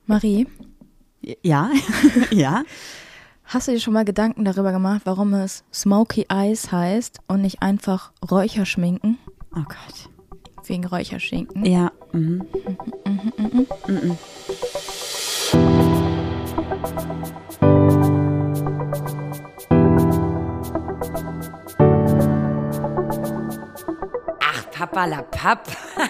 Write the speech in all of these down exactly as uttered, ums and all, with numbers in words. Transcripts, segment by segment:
Marie? Ja, ja. Hast du dir schon mal Gedanken darüber gemacht, warum es Smoky Eyes heißt und nicht einfach Räucherschminken? Oh Gott. Wegen Räucherschinken? Ja. Mhm. Mhm, mhm, mhm. Mhm. Ach, Papalapap.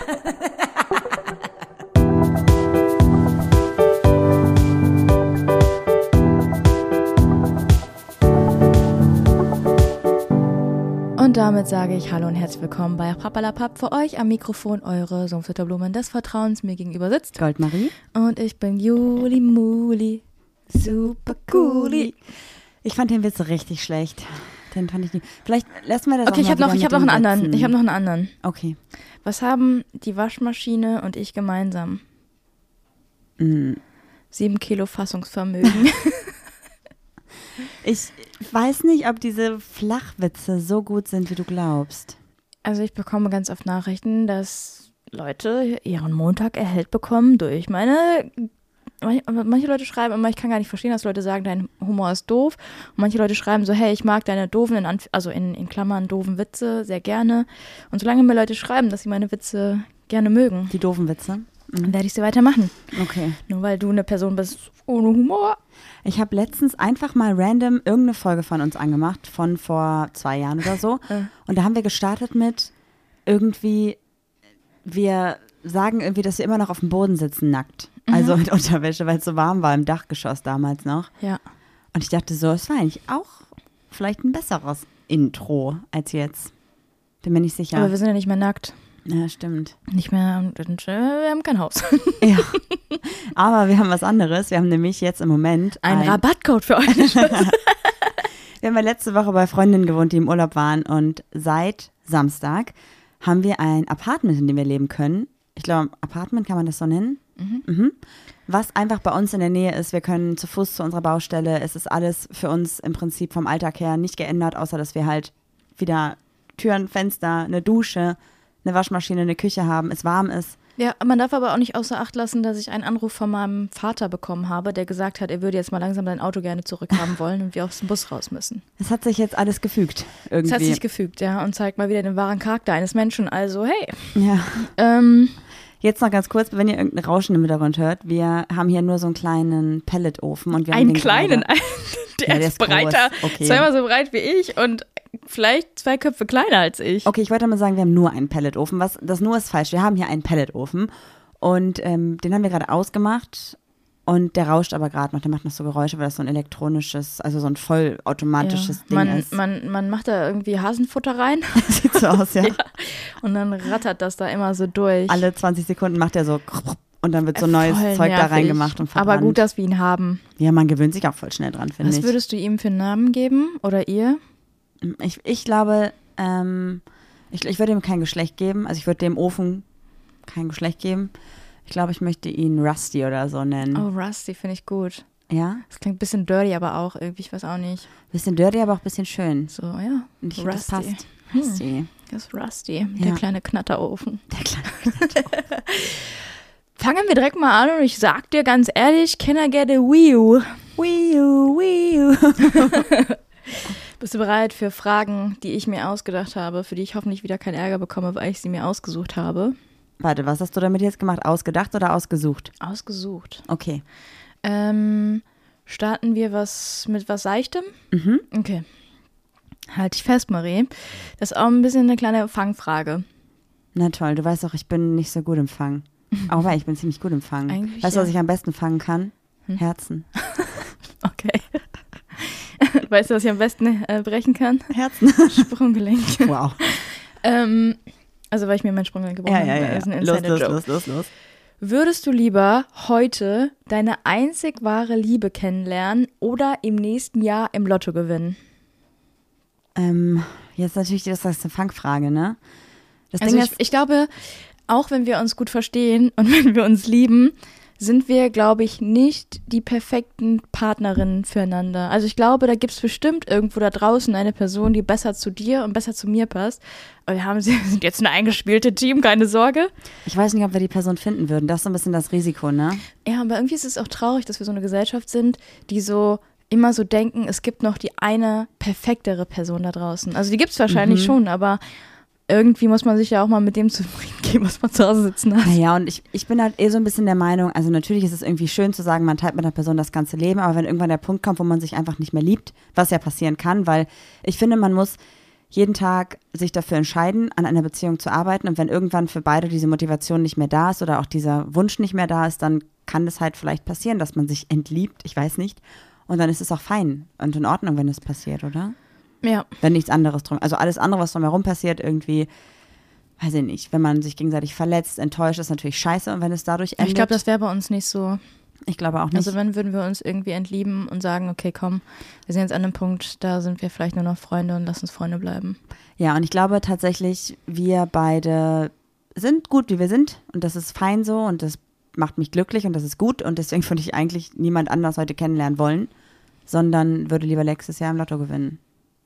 Und damit sage ich Hallo und herzlich willkommen bei Papalapap. Für euch am Mikrofon eure Sumpfhütterblumen des Vertrauens. Mir gegenüber sitzt Goldmarie. Und ich bin Juli Muli. Super cooli. Ich fand den Witz richtig schlecht. Den fand ich nicht. Vielleicht lassen wir das Okay, auch ich habe mal noch, wieder ich hab mit noch einen den anderen. Witzen. Ich habe noch einen anderen. Okay. Was haben die Waschmaschine und ich gemeinsam? Mhm. Sieben Kilo Fassungsvermögen. Ich weiß nicht, ob diese Flachwitze so gut sind, wie du glaubst. Also ich bekomme ganz oft Nachrichten, dass Leute ihren Montag erhellt bekommen durch meine... Manche Leute schreiben immer, ich kann gar nicht verstehen, dass Leute sagen, dein Humor ist doof. Und manche Leute schreiben so, hey, ich mag deine doofen, in Anf- also in, in Klammern doofen Witze sehr gerne. Und solange mir Leute schreiben, dass sie meine Witze gerne mögen, Die doofen Witze? dann werde ich sie weitermachen. Okay. Nur weil du eine Person bist ohne Humor. Ich habe letztens einfach mal random irgendeine Folge von uns angemacht, von vor zwei Jahren oder so. Äh. Und da haben wir gestartet mit irgendwie, wir sagen irgendwie, dass wir immer noch auf dem Boden sitzen, nackt. Also mit Unterwäsche, weil es so warm war im Dachgeschoss damals noch. Ja. Und ich dachte so, es war eigentlich auch vielleicht ein besseres Intro als jetzt. Bin mir nicht sicher. Aber wir sind ja nicht mehr nackt. Ja, stimmt. Nicht mehr, und, und, äh, wir haben kein Haus. Ja. Aber wir haben was anderes. Wir haben nämlich jetzt im Moment Ein, ein Rabattcode für euch. Wir haben ja letzte Woche bei Freundinnen gewohnt, die im Urlaub waren. Und seit Samstag haben wir ein Apartment, in dem wir leben können. Ich glaube, Apartment kann man das so nennen. Mhm. Mhm. Was einfach bei uns in der Nähe ist. Wir können zu Fuß zu unserer Baustelle. Es ist alles für uns im Prinzip vom Alltag her nicht geändert, außer dass wir halt wieder Türen, Fenster, eine Dusche, eine Waschmaschine, eine Küche haben, es warm ist. Ja, man darf aber auch nicht außer Acht lassen, dass ich einen Anruf von meinem Vater bekommen habe, der gesagt hat, er würde jetzt mal langsam sein Auto gerne zurückhaben wollen und wir aus dem Bus raus müssen. Es hat sich jetzt alles gefügt irgendwie. Das hat sich gefügt, ja, und zeigt mal wieder den wahren Charakter eines Menschen. Also, hey. Ja. Ähm, Jetzt noch ganz kurz, wenn ihr irgendein Rauschen im Hintergrund hört, wir haben hier nur so einen kleinen Pelletofen. Und wir haben einen den kleinen, gerade, der, Ja, der ist ist groß. breiter, Okay. zweimal so breit wie ich und vielleicht zwei Köpfe kleiner als ich. Okay, ich wollte mal sagen, wir haben nur einen Pelletofen. Was, das nur ist falsch. Wir haben hier einen Pelletofen und ähm, den haben wir gerade ausgemacht und der rauscht aber gerade noch. Der macht noch so Geräusche, weil das so ein elektronisches, also so ein vollautomatisches Ja, Ding man, ist. man, man macht da irgendwie Hasenfutter rein Sieht so aus, ja. Ja. Und dann rattert das da immer so durch. Alle zwanzig Sekunden macht er so und dann wird so neues Voll Zeug da nervig. reingemacht und verbrannt. Aber gut, dass wir ihn haben. Ja, man gewöhnt sich auch voll schnell dran, finde Was ich. würdest du ihm für einen Namen geben oder ihr? Ich, ich glaube, ähm, ich, ich würde ihm kein Geschlecht geben. Also ich würde dem Ofen kein Geschlecht geben. Ich glaube, ich möchte ihn Rusty oder so nennen. Oh, Rusty finde ich gut. Ja? Das klingt ein bisschen dirty, aber auch irgendwie, ich weiß auch nicht. Bisschen dirty, aber auch ein bisschen schön. So, ja. Und ich finde, das Rusty. passt. Hm. Rusty. Das ist Rusty, der Ja. kleine Knatterofen. Der kleine. Fangen wir direkt mal an und ich sag dir ganz ehrlich, can I get a Wii U? Wii U, Wii U. Bist du bereit für Fragen, die ich mir ausgedacht habe, für die ich hoffentlich wieder keinen Ärger bekomme, weil ich sie mir ausgesucht habe? Warte, was hast du damit jetzt gemacht? Ausgedacht oder ausgesucht? Ausgesucht. Okay. Ähm, starten wir was mit was Seichtem? Mhm. Okay. Halt dich fest, Marie. Das ist auch ein bisschen eine kleine Fangfrage. Na toll, du weißt doch, ich bin nicht so gut im Fangen. Aber ich bin ziemlich gut im Fangen. Eigentlich Weißt du, ja. was ich am besten fangen kann? Hm? Herzen. Okay. Weißt du, was ich am besten äh, brechen kann? Herzen. Sprunggelenk. Wow. ähm, also, weil ich mir mein Sprunggelenk gebrochen Ja, habe. ja, ja. Das ist ein Los, los, Insider-Joke. los, los, los. Würdest du lieber heute deine einzig wahre Liebe kennenlernen oder im nächsten Jahr im Lotto gewinnen? Ähm, jetzt natürlich, das ist eine Fangfrage, ne? Das Also Ding ich, ist, ich glaube, auch wenn wir uns gut verstehen und wenn wir uns lieben, sind wir, glaube ich, nicht die perfekten Partnerinnen füreinander. Also ich glaube, da gibt es bestimmt irgendwo da draußen eine Person, die besser zu dir und besser zu mir passt. Aber wir haben, wir sind jetzt ein eingespielte Team, keine Sorge. Ich weiß nicht, ob wir die Person finden würden. Das ist so ein bisschen das Risiko, ne? Ja, aber irgendwie ist es auch traurig, dass wir so eine Gesellschaft sind, die so immer so denken, es gibt noch die eine perfektere Person da draußen. Also die gibt es wahrscheinlich Mhm. schon, aber irgendwie muss man sich ja auch mal mit dem zufrieden geben, was man zu Hause sitzen hat. Naja, und ich, ich bin halt eh so ein bisschen der Meinung, also natürlich ist es irgendwie schön zu sagen, man teilt mit einer Person das ganze Leben, aber wenn irgendwann der Punkt kommt, wo man sich einfach nicht mehr liebt, was ja passieren kann, weil ich finde, man muss jeden Tag sich dafür entscheiden, an einer Beziehung zu arbeiten, und wenn irgendwann für beide diese Motivation nicht mehr da ist oder auch dieser Wunsch nicht mehr da ist, dann kann es halt vielleicht passieren, dass man sich entliebt, ich weiß nicht, und dann ist es auch fein und in Ordnung, wenn es passiert, oder? Ja. Wenn nichts anderes drum, also alles andere, was drumherum passiert, irgendwie, weiß ich nicht, wenn man sich gegenseitig verletzt, enttäuscht, ist natürlich scheiße, und wenn es dadurch endet. Ich glaube, das wäre bei uns nicht so. Ich glaube auch nicht. Also wenn, würden wir uns irgendwie entlieben und sagen, okay, komm, wir sind jetzt an einem Punkt, da sind wir vielleicht nur noch Freunde und lass uns Freunde bleiben. Ja, und ich glaube tatsächlich, wir beide sind gut, wie wir sind, und das ist fein so, und das macht mich glücklich, und das ist gut, und deswegen würde ich eigentlich niemand anders heute kennenlernen wollen, sondern würde lieber nächstes Jahr im Lotto gewinnen.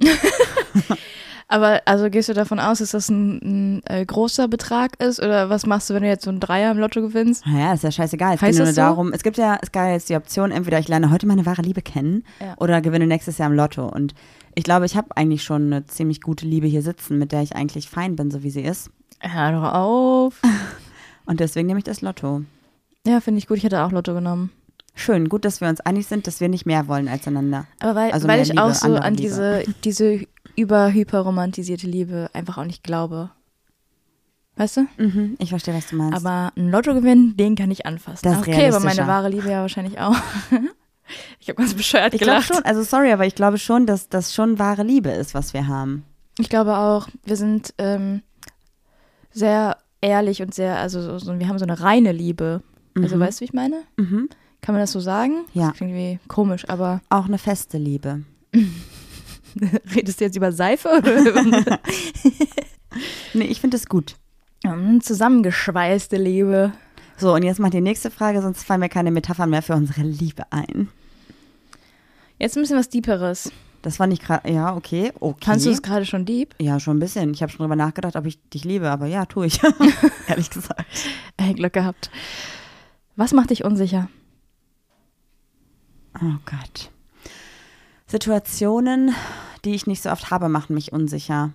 Aber also gehst du davon aus, dass das ein, ein äh, großer Betrag ist, oder was machst du, wenn du jetzt so einen Dreier im Lotto gewinnst? Naja, ist ja scheißegal. Es Heißt geht nur das so? darum, es gibt ja, es gab jetzt die Option, entweder ich lerne heute meine wahre Liebe kennen, Ja. oder gewinne nächstes Jahr im Lotto. Und ich glaube, ich habe eigentlich schon eine ziemlich gute Liebe hier sitzen, mit der ich eigentlich fein bin, so wie sie ist. Hör doch auf. Und deswegen nehme ich das Lotto. Ja, finde ich gut. Ich hätte auch Lotto genommen. Schön, gut, dass wir uns einig sind, dass wir nicht mehr wollen als einander. Aber weil, Also weil mehr ich Liebe, auch so andere an Liebe. diese, diese überhyperromantisierte Liebe einfach auch nicht glaube. Weißt du? Mhm, ich verstehe, was du meinst. Aber ein Lottogewinn, den kann ich anfassen. Das ist okay, aber meine realistischer. wahre Liebe ja wahrscheinlich auch. Ich habe ganz bescheuert ich glaube gelacht. schon, also sorry, aber ich glaube schon, dass das schon wahre Liebe ist, was wir haben. Ich glaube auch, wir sind ähm, sehr ehrlich und sehr, also so, so, wir haben so eine reine Liebe. Also Mhm. weißt du, wie ich meine? Mhm. Kann man das so sagen? Ja. Das klingt irgendwie komisch, aber Auch eine feste Liebe. redest du jetzt über Seife oder über Nee, ich finde es gut. eine zusammengeschweißte Liebe? So, und jetzt mal die nächste Frage, sonst fallen mir keine Metaphern mehr für unsere Liebe ein. Jetzt ein bisschen was Deeperes. Das war nicht gerade, ja, okay, okay. Fandst du es gerade schon deep? Ja, schon ein bisschen. Ich habe schon drüber nachgedacht, ob ich dich liebe, aber ja, tue ich. Ehrlich gesagt. Ey, Glück gehabt. Was macht dich unsicher? Oh Gott. Situationen, die ich nicht so oft habe, machen mich unsicher.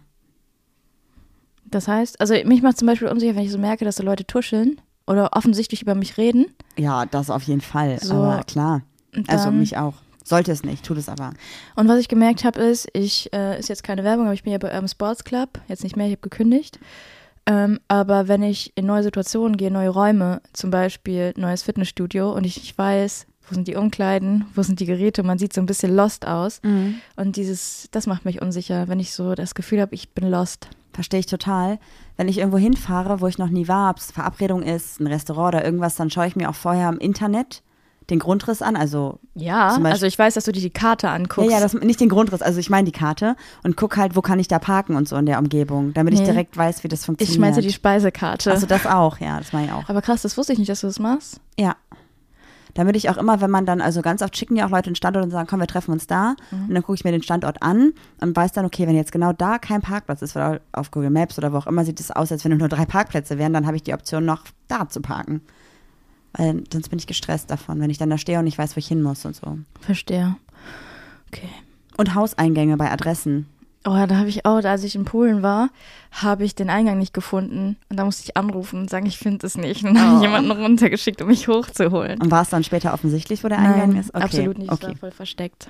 Das heißt, also mich macht zum Beispiel unsicher, wenn ich so merke, dass so Leute tuscheln oder offensichtlich über mich reden. Ja, das auf jeden Fall. So, aber klar. Und Also dann- mich auch. Sollte es nicht, tut es aber. Und was ich gemerkt habe, ist, ich, äh, ist jetzt keine Werbung, aber ich bin ja bei Urban Sports Club, jetzt nicht mehr, ich habe gekündigt. Ähm, aber wenn ich in neue Situationen gehe, neue Räume, zum Beispiel neues Fitnessstudio, und ich nicht weiß, wo sind die Umkleiden, wo sind die Geräte, man sieht so ein bisschen lost aus. Und dieses, das macht mich unsicher, wenn ich so das Gefühl habe, ich bin lost. Verstehe ich total. Wenn ich irgendwo hinfahre, wo ich noch nie war, ob es Verabredung ist, ein Restaurant oder irgendwas, dann schaue ich mir auch vorher im Internet den Grundriss an. Also Ja, Zum Beispiel- also ich weiß, dass du dir die Karte anguckst. Ja, ja, das, nicht den Grundriss, also ich meine die Karte und guck halt, wo kann ich da parken und so in der Umgebung, damit ich Nee. direkt weiß, wie das funktioniert. ich meinte die Speisekarte. Also das auch, ja, das mache ich auch. Aber krass, das wusste ich nicht, dass du das machst. Ja. Damit ich auch immer, wenn man dann, also ganz oft schicken ja auch Leute den Standort und sagen, komm, wir treffen uns da. Mhm. Und dann gucke ich mir den Standort an und weiß dann, okay, wenn jetzt genau da kein Parkplatz ist, oder auf Google Maps oder wo auch immer, sieht es aus, als wenn nur drei Parkplätze wären, dann habe ich die Option, noch da zu parken. Weil sonst bin ich gestresst davon, wenn ich dann da stehe und nicht weiß, wo ich hin muss und so. Verstehe. Okay. Und Hauseingänge bei Adressen. Oh, da habe ich auch, als ich in Polen war, habe ich den Eingang nicht gefunden. Und da musste ich anrufen und sagen, ich finde es nicht. Und dann habe Oh. ich jemanden runtergeschickt, um mich hochzuholen. Und war es dann später offensichtlich, wo der Eingang Nein, ist? Okay. absolut nicht. Es Okay. war voll versteckt.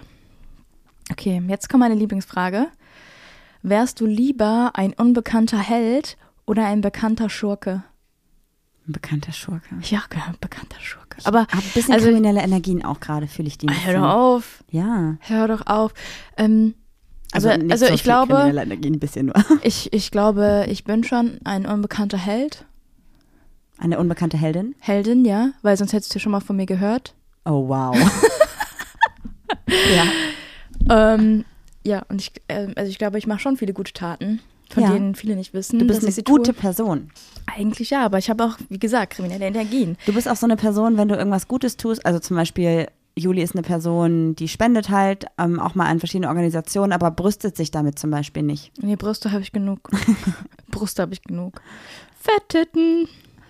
Okay, jetzt kommt meine Lieblingsfrage. Wärst du lieber ein unbekannter Held oder ein bekannter Schurke? Ein bekannter Schurke. Ja, genau, ein bekannter Schurke. Aber Hab ein bisschen also- kriminelle Energien auch gerade, fühle ich die ein hör bisschen. doch auf, Ja. hör doch auf. Ähm, also nicht also so ich viel glaube, kriminelle Energien, ein bisschen nur. ich, ich glaube, ich bin schon ein unbekannter Held. Eine unbekannte Heldin? Heldin, ja, weil sonst hättest du schon mal von mir gehört. Oh, wow. ja. Ähm, ja, und ich, ähm, also ich glaube, ich mache schon viele gute Taten von Ja. denen viele nicht wissen. Du bist dass eine ich sie gute tue. Person. Eigentlich ja, aber ich habe auch, wie gesagt, kriminelle Energien. Du bist auch so eine Person, wenn du irgendwas Gutes tust, also zum Beispiel Juli ist eine Person, die spendet halt ähm, auch mal an verschiedene Organisationen, aber brüstet sich damit zum Beispiel nicht. Nee, Brüste habe ich genug. Brüste habe ich genug. Fetttitten.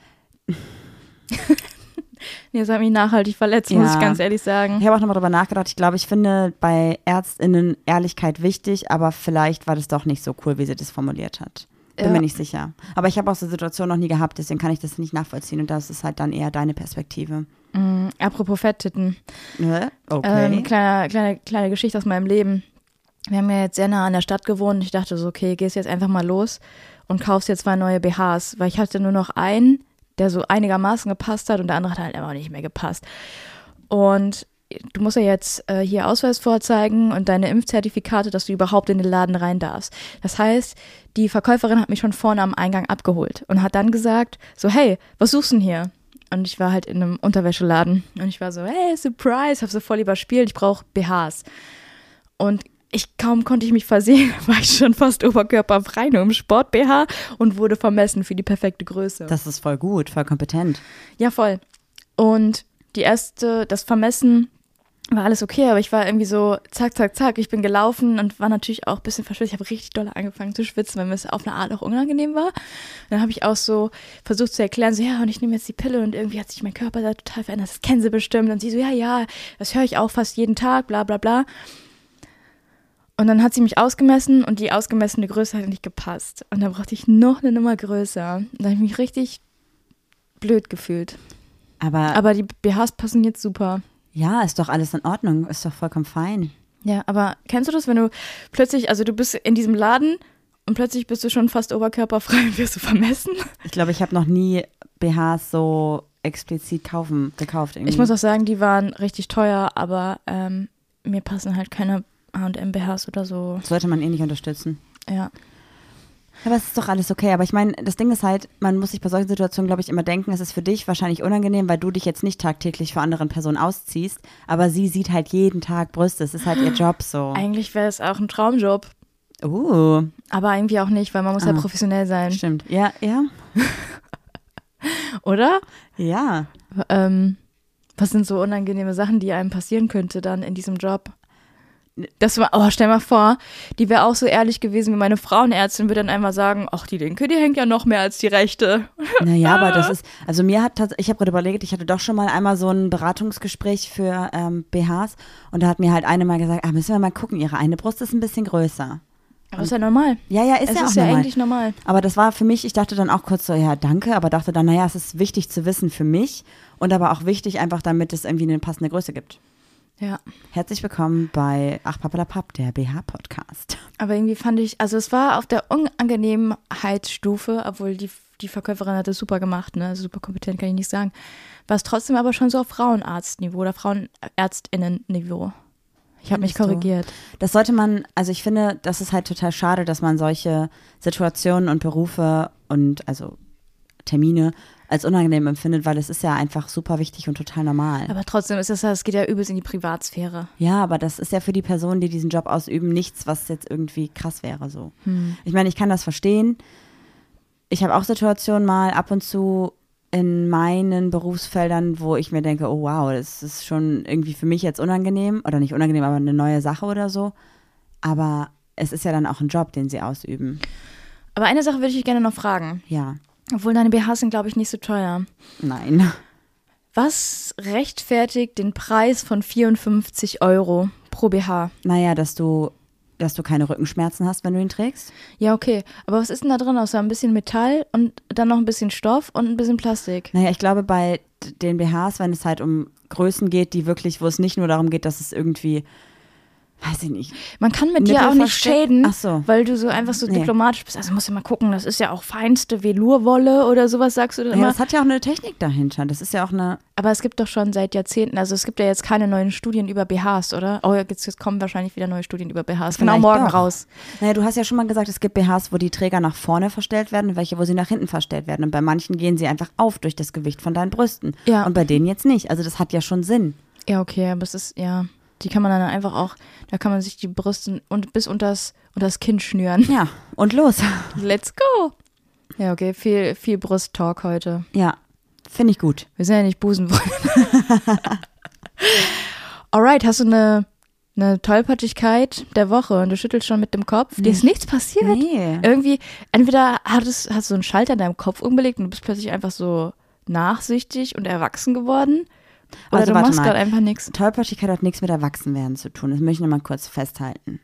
Nee, das hat mich nachhaltig verletzt, Ja. muss ich ganz ehrlich sagen. Ich habe auch nochmal drüber nachgedacht. Ich glaube, ich finde bei ÄrztInnen Ehrlichkeit wichtig, aber vielleicht war das doch nicht so cool, wie sie das formuliert hat. Bin Ja. mir nicht sicher. Aber ich habe auch so Situationen noch nie gehabt, deswegen kann ich das nicht nachvollziehen und das ist halt dann eher deine Perspektive. Mm, apropos Fetttitten. Ne? Okay. Ähm, kleine, kleine, kleine Geschichte aus meinem Leben. Wir haben ja jetzt sehr nah an der Stadt gewohnt. Ich dachte so, okay, gehst jetzt einfach mal los und kaufst jetzt zwei neue B Hs, weil ich hatte nur noch einen, der so einigermaßen gepasst hat und der andere hat halt einfach nicht mehr gepasst. Und du musst ja jetzt äh, hier Ausweis vorzeigen und deine Impfzertifikate, dass du überhaupt in den Laden rein darfst. Das heißt, die Verkäuferin hat mich schon vorne am Eingang abgeholt und hat dann gesagt, so, hey, was suchst du denn hier? Und ich war halt in einem Unterwäscheladen und ich war so, hey, Surprise, hab so voll überspielt, ich brauche B Hs. Und ich kaum konnte ich mich versehen, war ich schon fast oberkörperfrei, nur im Sport-B H und wurde vermessen für die perfekte Größe. Das ist voll gut, voll kompetent. Ja, voll. Und die erste, das Vermessen war alles okay, aber ich war irgendwie so zack, zack, zack. Ich bin gelaufen und war natürlich auch ein bisschen verschwitzt. Ich habe richtig doll angefangen zu schwitzen, weil mir es auf eine Art auch unangenehm war. Dann habe ich auch so versucht zu erklären, so ja, und ich nehme jetzt die Pille und irgendwie hat sich mein Körper da total verändert. Das kennen sie bestimmt. Und sie so, ja, ja, das höre ich auch fast jeden Tag, bla, bla, bla. Und dann hat sie mich ausgemessen und die ausgemessene Größe hat nicht gepasst. Und da brauchte ich noch eine Nummer größer. Und da habe ich mich richtig blöd gefühlt. Aber, Aber die B Hs passen jetzt super. ja, ist doch alles in Ordnung, ist doch vollkommen fein. Ja, aber kennst du das, wenn du plötzlich, also du bist in diesem Laden und plötzlich bist du schon fast oberkörperfrei und wirst du vermessen? Ich glaube, ich habe noch nie B Hs so explizit kaufen, gekauft. Irgendwie. Ich muss auch sagen, die waren richtig teuer, aber ähm, mir passen halt keine H und M B Hs oder so. Sollte man eh nicht unterstützen. Ja. Aber es ist doch alles okay. Aber ich meine, das Ding ist halt, man muss sich bei solchen Situationen, glaube ich, immer denken, es ist für dich wahrscheinlich unangenehm, weil du dich jetzt nicht tagtäglich vor anderen Personen ausziehst. Aber sie sieht halt jeden Tag Brüste. Es ist halt ihr Job so. Eigentlich wäre es auch ein Traumjob, Uh, aber irgendwie auch nicht, weil man muss Ah. ja professionell sein, stimmt. Ja, ja, oder? ja. Ähm, was sind so unangenehme Sachen, die einem passieren könnte dann in diesem Job? Das war, oh, stell mal vor, die wäre auch so ehrlich gewesen wie meine Frauenärztin, würde dann einmal sagen, ach, die linke, die hängt ja noch mehr als die rechte. Naja, aber das ist, also mir hat tatsächlich, ich habe gerade überlegt, ich hatte doch schon mal einmal so ein Beratungsgespräch für ähm, B Hs und da hat mir halt eine mal gesagt, ah, müssen wir mal gucken, ihre eine Brust ist ein bisschen größer. Aber ist ja normal. Ja, ja, ist es ja auch ist ja normal. eigentlich normal. Aber das war für mich, ich dachte dann auch kurz so, ja, danke, aber dachte dann, naja, es ist wichtig zu wissen für mich und aber auch wichtig einfach, damit es irgendwie eine passende Größe gibt. Ja. Herzlich willkommen bei Ach Pappalapapp, der B H-Podcast. Aber irgendwie fand ich, also es war auf der Unangenehmheitsstufe, obwohl die, die Verkäuferin hat das super gemacht, ne, super kompetent, kann ich nicht sagen, war es trotzdem aber schon so auf Frauenarztniveau oder Frauenärztinnen-Niveau. Ich habe mich Findest du? korrigiert. Das sollte man, also ich finde, das ist halt total schade, dass man solche Situationen und Berufe und also Termine als unangenehm empfindet, weil es ist ja einfach super wichtig und total normal. Aber trotzdem ist das, es geht ja übelst in die Privatsphäre. Ja, aber das ist ja für die Personen, die diesen Job ausüben, nichts, was jetzt irgendwie krass wäre so. Hm. Ich meine, ich kann das verstehen. Ich habe auch Situationen mal ab und zu in meinen Berufsfeldern, wo ich mir denke, oh wow, das ist schon irgendwie für mich jetzt unangenehm oder nicht unangenehm, aber eine neue Sache oder so. Aber es ist ja dann auch ein Job, den sie ausüben. Aber eine Sache würde ich dich gerne noch fragen. Ja, Obwohl deine B Hs sind, glaube ich, nicht so teuer. nein. Was rechtfertigt den Preis von vierundfünfzig Euro pro B H? Naja, dass du, dass du keine Rückenschmerzen hast, wenn du ihn trägst. Ja, okay. Aber was ist denn da drin außer ein bisschen Metall und dann noch ein bisschen Stoff und ein bisschen Plastik? Naja, ich glaube, bei den B Hs, wenn es halt um Größen geht, die wirklich, wo es nicht nur darum geht, dass es irgendwie, weiß ich nicht. Man kann mit Nippel dir auch nicht versteckt? schäden, Ach so. weil du so einfach so Nee. diplomatisch bist. Also musst du mal gucken, das ist ja auch feinste Velourwolle oder sowas, sagst du dann Ja, immer. das hat ja auch eine Technik dahinter. Das ist ja auch eine. Aber es gibt doch schon seit Jahrzehnten, also es gibt ja jetzt keine neuen Studien über B Hs, oder? Oh, jetzt, jetzt kommen wahrscheinlich wieder neue Studien über B Hs. Genau Vielleicht morgen doch. raus. Naja, du hast ja schon mal gesagt, es gibt B Hs, wo die Träger nach vorne verstellt werden und welche, wo sie nach hinten verstellt werden. Und bei manchen gehen sie einfach auf durch das Gewicht von deinen Brüsten. Ja. Und bei denen jetzt nicht. Also das hat ja schon Sinn. Ja, okay, aber es ist, ja. Die kann man dann einfach auch, da kann man sich die Brüste und bis unters, unters Kinn schnüren. Ja, und los. Let's go. Ja, okay, viel, viel Brusttalk heute. Ja, finde ich gut. Wir sind ja nicht Busenfreunde. Alright, hast du eine, eine Tollpatschigkeit der Woche und du schüttelst schon mit dem Kopf? Dir ist nichts passiert? Nee. Irgendwie, entweder hattest, hast du einen Schalter in deinem Kopf umgelegt und du bist plötzlich einfach so nachsichtig und erwachsen geworden. Oder Also du warte machst mal. gerade einfach nichts. Tollpatschigkeit hat nichts mit Erwachsenwerden zu tun. Das möchte ich nochmal kurz festhalten.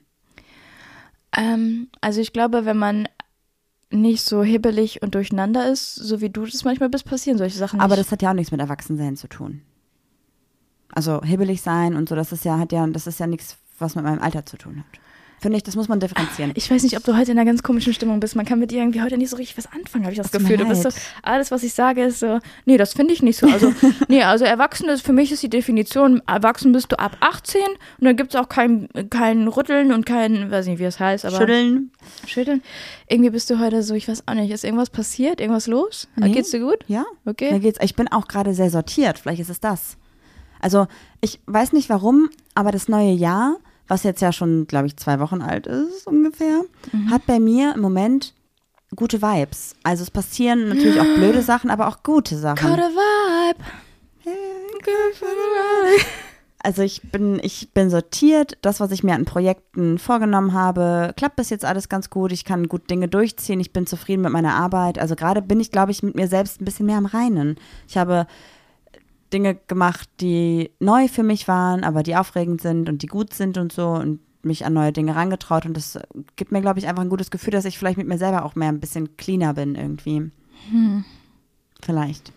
Ähm, also ich glaube, wenn man nicht so hibbelig und durcheinander ist, so wie du das manchmal bist, passieren solche Sachen nicht. Aber das hat ja auch nichts mit Erwachsensein zu tun. Also hibbelig sein und so, das ist ja, hat ja, das ist ja nichts, was mit meinem Alter zu tun hat. Finde ich, das muss man differenzieren. Ich weiß nicht, ob du heute in einer ganz komischen Stimmung bist. Man kann mit dir irgendwie heute nicht so richtig was anfangen, habe ich das Tut mir Gefühl. Du bist so, leid. alles, was ich sage, ist so, nee, das finde ich nicht so. Also, nee, also erwachsen ist, für mich ist die Definition, erwachsen bist du ab achtzehn und dann gibt es auch kein, kein Rütteln und kein, weiß nicht, wie es heißt, aber. Schütteln. Schütteln. Irgendwie bist du heute so, ich weiß auch nicht, ist irgendwas passiert? Irgendwas los? Nee. Geht's dir gut? Ja, Okay. mir geht's. Ich bin auch gerade sehr sortiert. Vielleicht ist es das. Also ich weiß nicht warum, aber das neue Jahr, was jetzt ja schon, glaube ich, zwei Wochen alt ist ungefähr, Mhm. hat bei mir im Moment gute Vibes. Also es passieren natürlich auch blöde Sachen, aber auch gute Sachen. Got a vibe. Good for the ride. Also ich bin, ich bin sortiert. Das, was ich mir an Projekten vorgenommen habe, klappt bis jetzt alles ganz gut. Ich kann gut Dinge durchziehen. Ich bin zufrieden mit meiner Arbeit. Also gerade bin ich, glaube ich, mit mir selbst ein bisschen mehr am Reinen. Ich habe Dinge gemacht, die neu für mich waren, aber die aufregend sind und die gut sind und so und mich an neue Dinge rangetraut. Und das gibt mir, glaube ich, einfach ein gutes Gefühl, dass ich vielleicht mit mir selber auch mehr ein bisschen cleaner bin irgendwie. Hm. Vielleicht.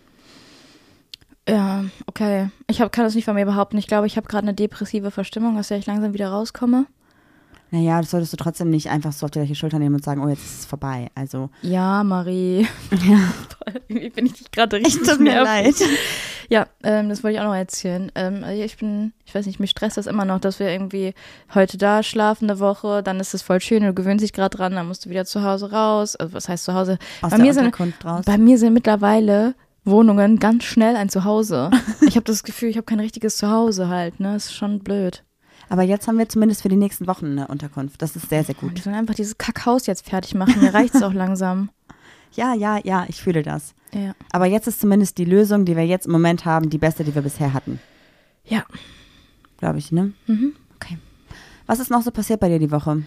Ja, okay. Ich hab, kann das nicht von mir behaupten. Ich glaube, ich habe gerade eine depressive Verstimmung, aus der ich langsam wieder rauskomme. Naja, das solltest du trotzdem nicht einfach so auf die gleiche Schulter nehmen und sagen, oh, jetzt ist es vorbei. Also, Ja, Marie. ja, Irgendwie bin ich gerade richtig echt tut mir nervig. leid. Ja, ähm, das wollte ich auch noch erzählen. Ähm, also ich bin, ich weiß nicht, mich stresst das immer noch, dass wir irgendwie heute da schlafen eine Woche, dann ist es voll schön, du gewöhnst dich gerade dran, dann musst du wieder zu Hause raus. Also was heißt zu Hause? Aus Bei der mir sind, Unterkunft raus. bei mir sind mittlerweile Wohnungen ganz schnell ein Zuhause. Ich habe das Gefühl, ich habe kein richtiges Zuhause halt, ne? Das ist schon blöd. Aber jetzt haben wir zumindest für die nächsten Wochen eine Unterkunft. Das ist sehr, sehr Und die gut. sollen einfach dieses Kackhaus jetzt fertig machen. Mir reicht es auch langsam. Ja, ja, ja, ich fühle das. Ja. Aber jetzt ist zumindest die Lösung, die wir jetzt im Moment haben, die beste, die wir bisher hatten. Ja. Glaube ich, ne? Mhm. Okay. Was ist noch so passiert bei dir die Woche?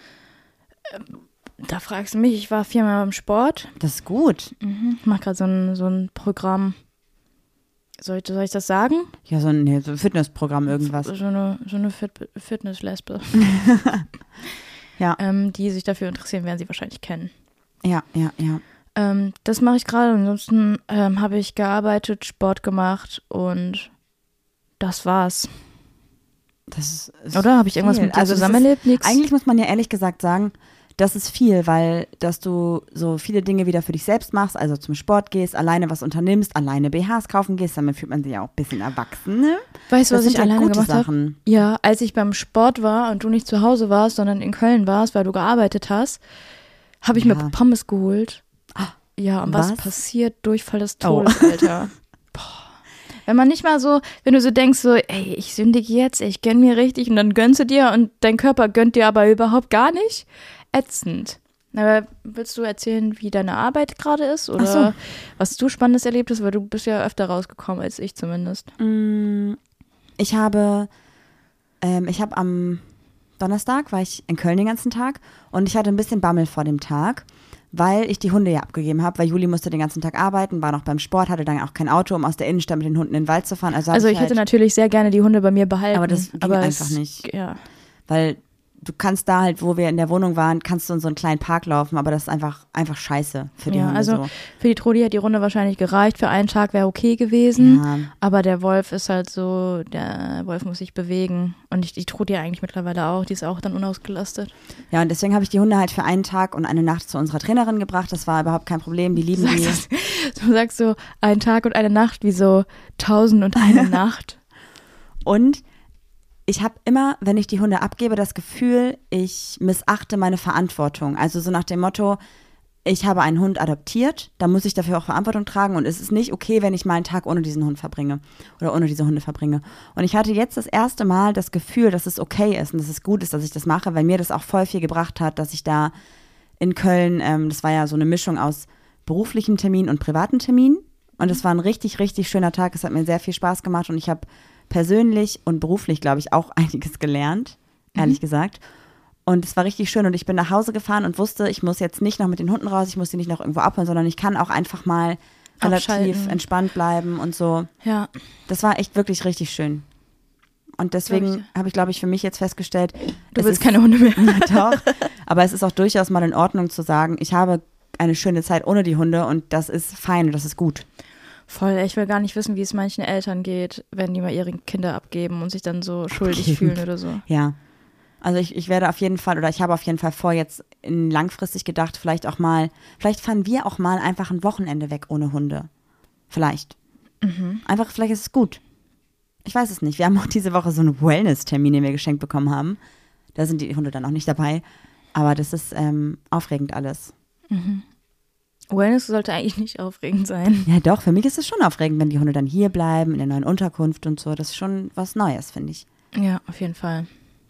Da fragst du mich, ich war viermal beim Sport. Das ist gut. Mhm. Ich mache gerade so ein, so ein Programm. Soll ich, soll ich das sagen? Ja, so ein, nee, so ein Fitnessprogramm, irgendwas. So eine, so eine Fit Fitnesslesbe. Ja. ähm, die sich dafür interessieren, werden sie wahrscheinlich kennen. Ja, ja, ja. Ähm, das mache ich gerade. Ansonsten ähm, habe ich gearbeitet, Sport gemacht und das war's. Das ist, ist Oder? Habe ich irgendwas viel. mit dir Also das zusammen erlebt? ist, Nix? eigentlich muss man ja ehrlich gesagt sagen, das ist viel, weil dass du so viele Dinge wieder für dich selbst machst, also zum Sport gehst, alleine was unternimmst, alleine B Hs kaufen gehst, damit fühlt man sich ja auch ein bisschen erwachsen, ne? Weißt du, Das was ich sind ja alleine gute gemacht habe? Sachen. Ja, als ich beim Sport war und du nicht zu Hause warst, sondern in Köln warst, weil du gearbeitet hast, habe ich Ja. mir Pommes geholt. Ja, und was, Was? passiert? Durchfall des Oh. Todes, Alter. Boah. Wenn man nicht mal so, wenn du so denkst, so, ey, ich sündige jetzt, ey, ich gönn mir richtig und dann gönnst du dir und dein Körper gönnt dir aber überhaupt gar nicht. Ätzend. Aber willst du erzählen, wie deine Arbeit gerade ist oder Ach so. was du Spannendes erlebt hast, weil du bist ja öfter rausgekommen als ich zumindest. Mm, Ich habe, ähm, ich habe am Donnerstag war ich in Köln den ganzen Tag und ich hatte ein bisschen Bammel vor dem Tag, weil ich die Hunde ja abgegeben habe, weil Juli musste den ganzen Tag arbeiten, war noch beim Sport, hatte dann auch kein Auto, um aus der Innenstadt mit den Hunden in den Wald zu fahren. Also, hab Also ich halt, hätte natürlich sehr gerne die Hunde bei mir behalten. Aber das ging aber einfach es, nicht. Ja. weil du kannst da halt, wo wir in der Wohnung waren, kannst du in so einen kleinen Park laufen, aber das ist einfach, einfach scheiße für die Ja, Hunde also so. für die Trudi hat die Runde wahrscheinlich gereicht. Für einen Tag wäre okay gewesen. Ja. Aber der Wolf ist halt so, der Wolf muss sich bewegen. Und ich, die Trudi eigentlich mittlerweile auch. Die ist auch dann unausgelastet. Ja, und deswegen habe ich die Hunde halt für einen Tag und eine Nacht zu unserer Trainerin gebracht. Das war überhaupt kein Problem. Die lieben Du die. sagst, du sagst so einen Tag und eine Nacht, wie so tausend und eine Nacht. Und ich habe immer, wenn ich die Hunde abgebe, das Gefühl, ich missachte meine Verantwortung. Also so nach dem Motto, ich habe einen Hund adoptiert, da muss ich dafür auch Verantwortung tragen und es ist nicht okay, wenn ich mal einen Tag ohne diesen Hund verbringe oder ohne diese Hunde verbringe. Und ich hatte jetzt das erste Mal das Gefühl, dass es okay ist und dass es gut ist, dass ich das mache, weil mir das auch voll viel gebracht hat, dass ich da in Köln, ähm, das war ja so eine Mischung aus beruflichen Termin und privaten Termin und es war ein richtig, richtig schöner Tag. Es hat mir sehr viel Spaß gemacht und ich habe persönlich und beruflich, glaube ich, auch einiges gelernt, ehrlich mhm. gesagt. Und es war richtig schön und ich bin nach Hause gefahren und wusste, ich muss jetzt nicht noch mit den Hunden raus, ich muss die nicht noch irgendwo abholen, sondern ich kann auch einfach mal relativ Abschalten. Entspannt bleiben und so. Ja. Das war echt wirklich richtig schön. Und deswegen habe ich, glaube ich, für mich jetzt festgestellt, du willst keine Hunde mehr. Doch, aber es ist auch durchaus mal in Ordnung zu sagen, ich habe eine schöne Zeit ohne die Hunde und das ist fein und das ist gut. Voll, ich will gar nicht wissen, wie es manchen Eltern geht, wenn die mal ihre Kinder abgeben und sich dann so schuldig Abgeben. fühlen oder so. Ja. Also ich, ich werde auf jeden Fall, oder ich habe auf jeden Fall vor, jetzt in langfristig gedacht, vielleicht auch mal, vielleicht fahren wir auch mal einfach ein Wochenende weg ohne Hunde. Vielleicht. Mhm. Einfach, vielleicht ist es gut. Ich weiß es nicht. Wir haben auch diese Woche so einen Wellness-Termin, den wir geschenkt bekommen haben. Da sind die Hunde dann auch nicht dabei. Aber das ist ähm, aufregend alles. Mhm. Wellness sollte eigentlich nicht aufregend sein. Ja doch, für mich ist es schon aufregend, wenn die Hunde dann hier bleiben, in der neuen Unterkunft und so. Das ist schon was Neues, finde ich. Ja, auf jeden Fall.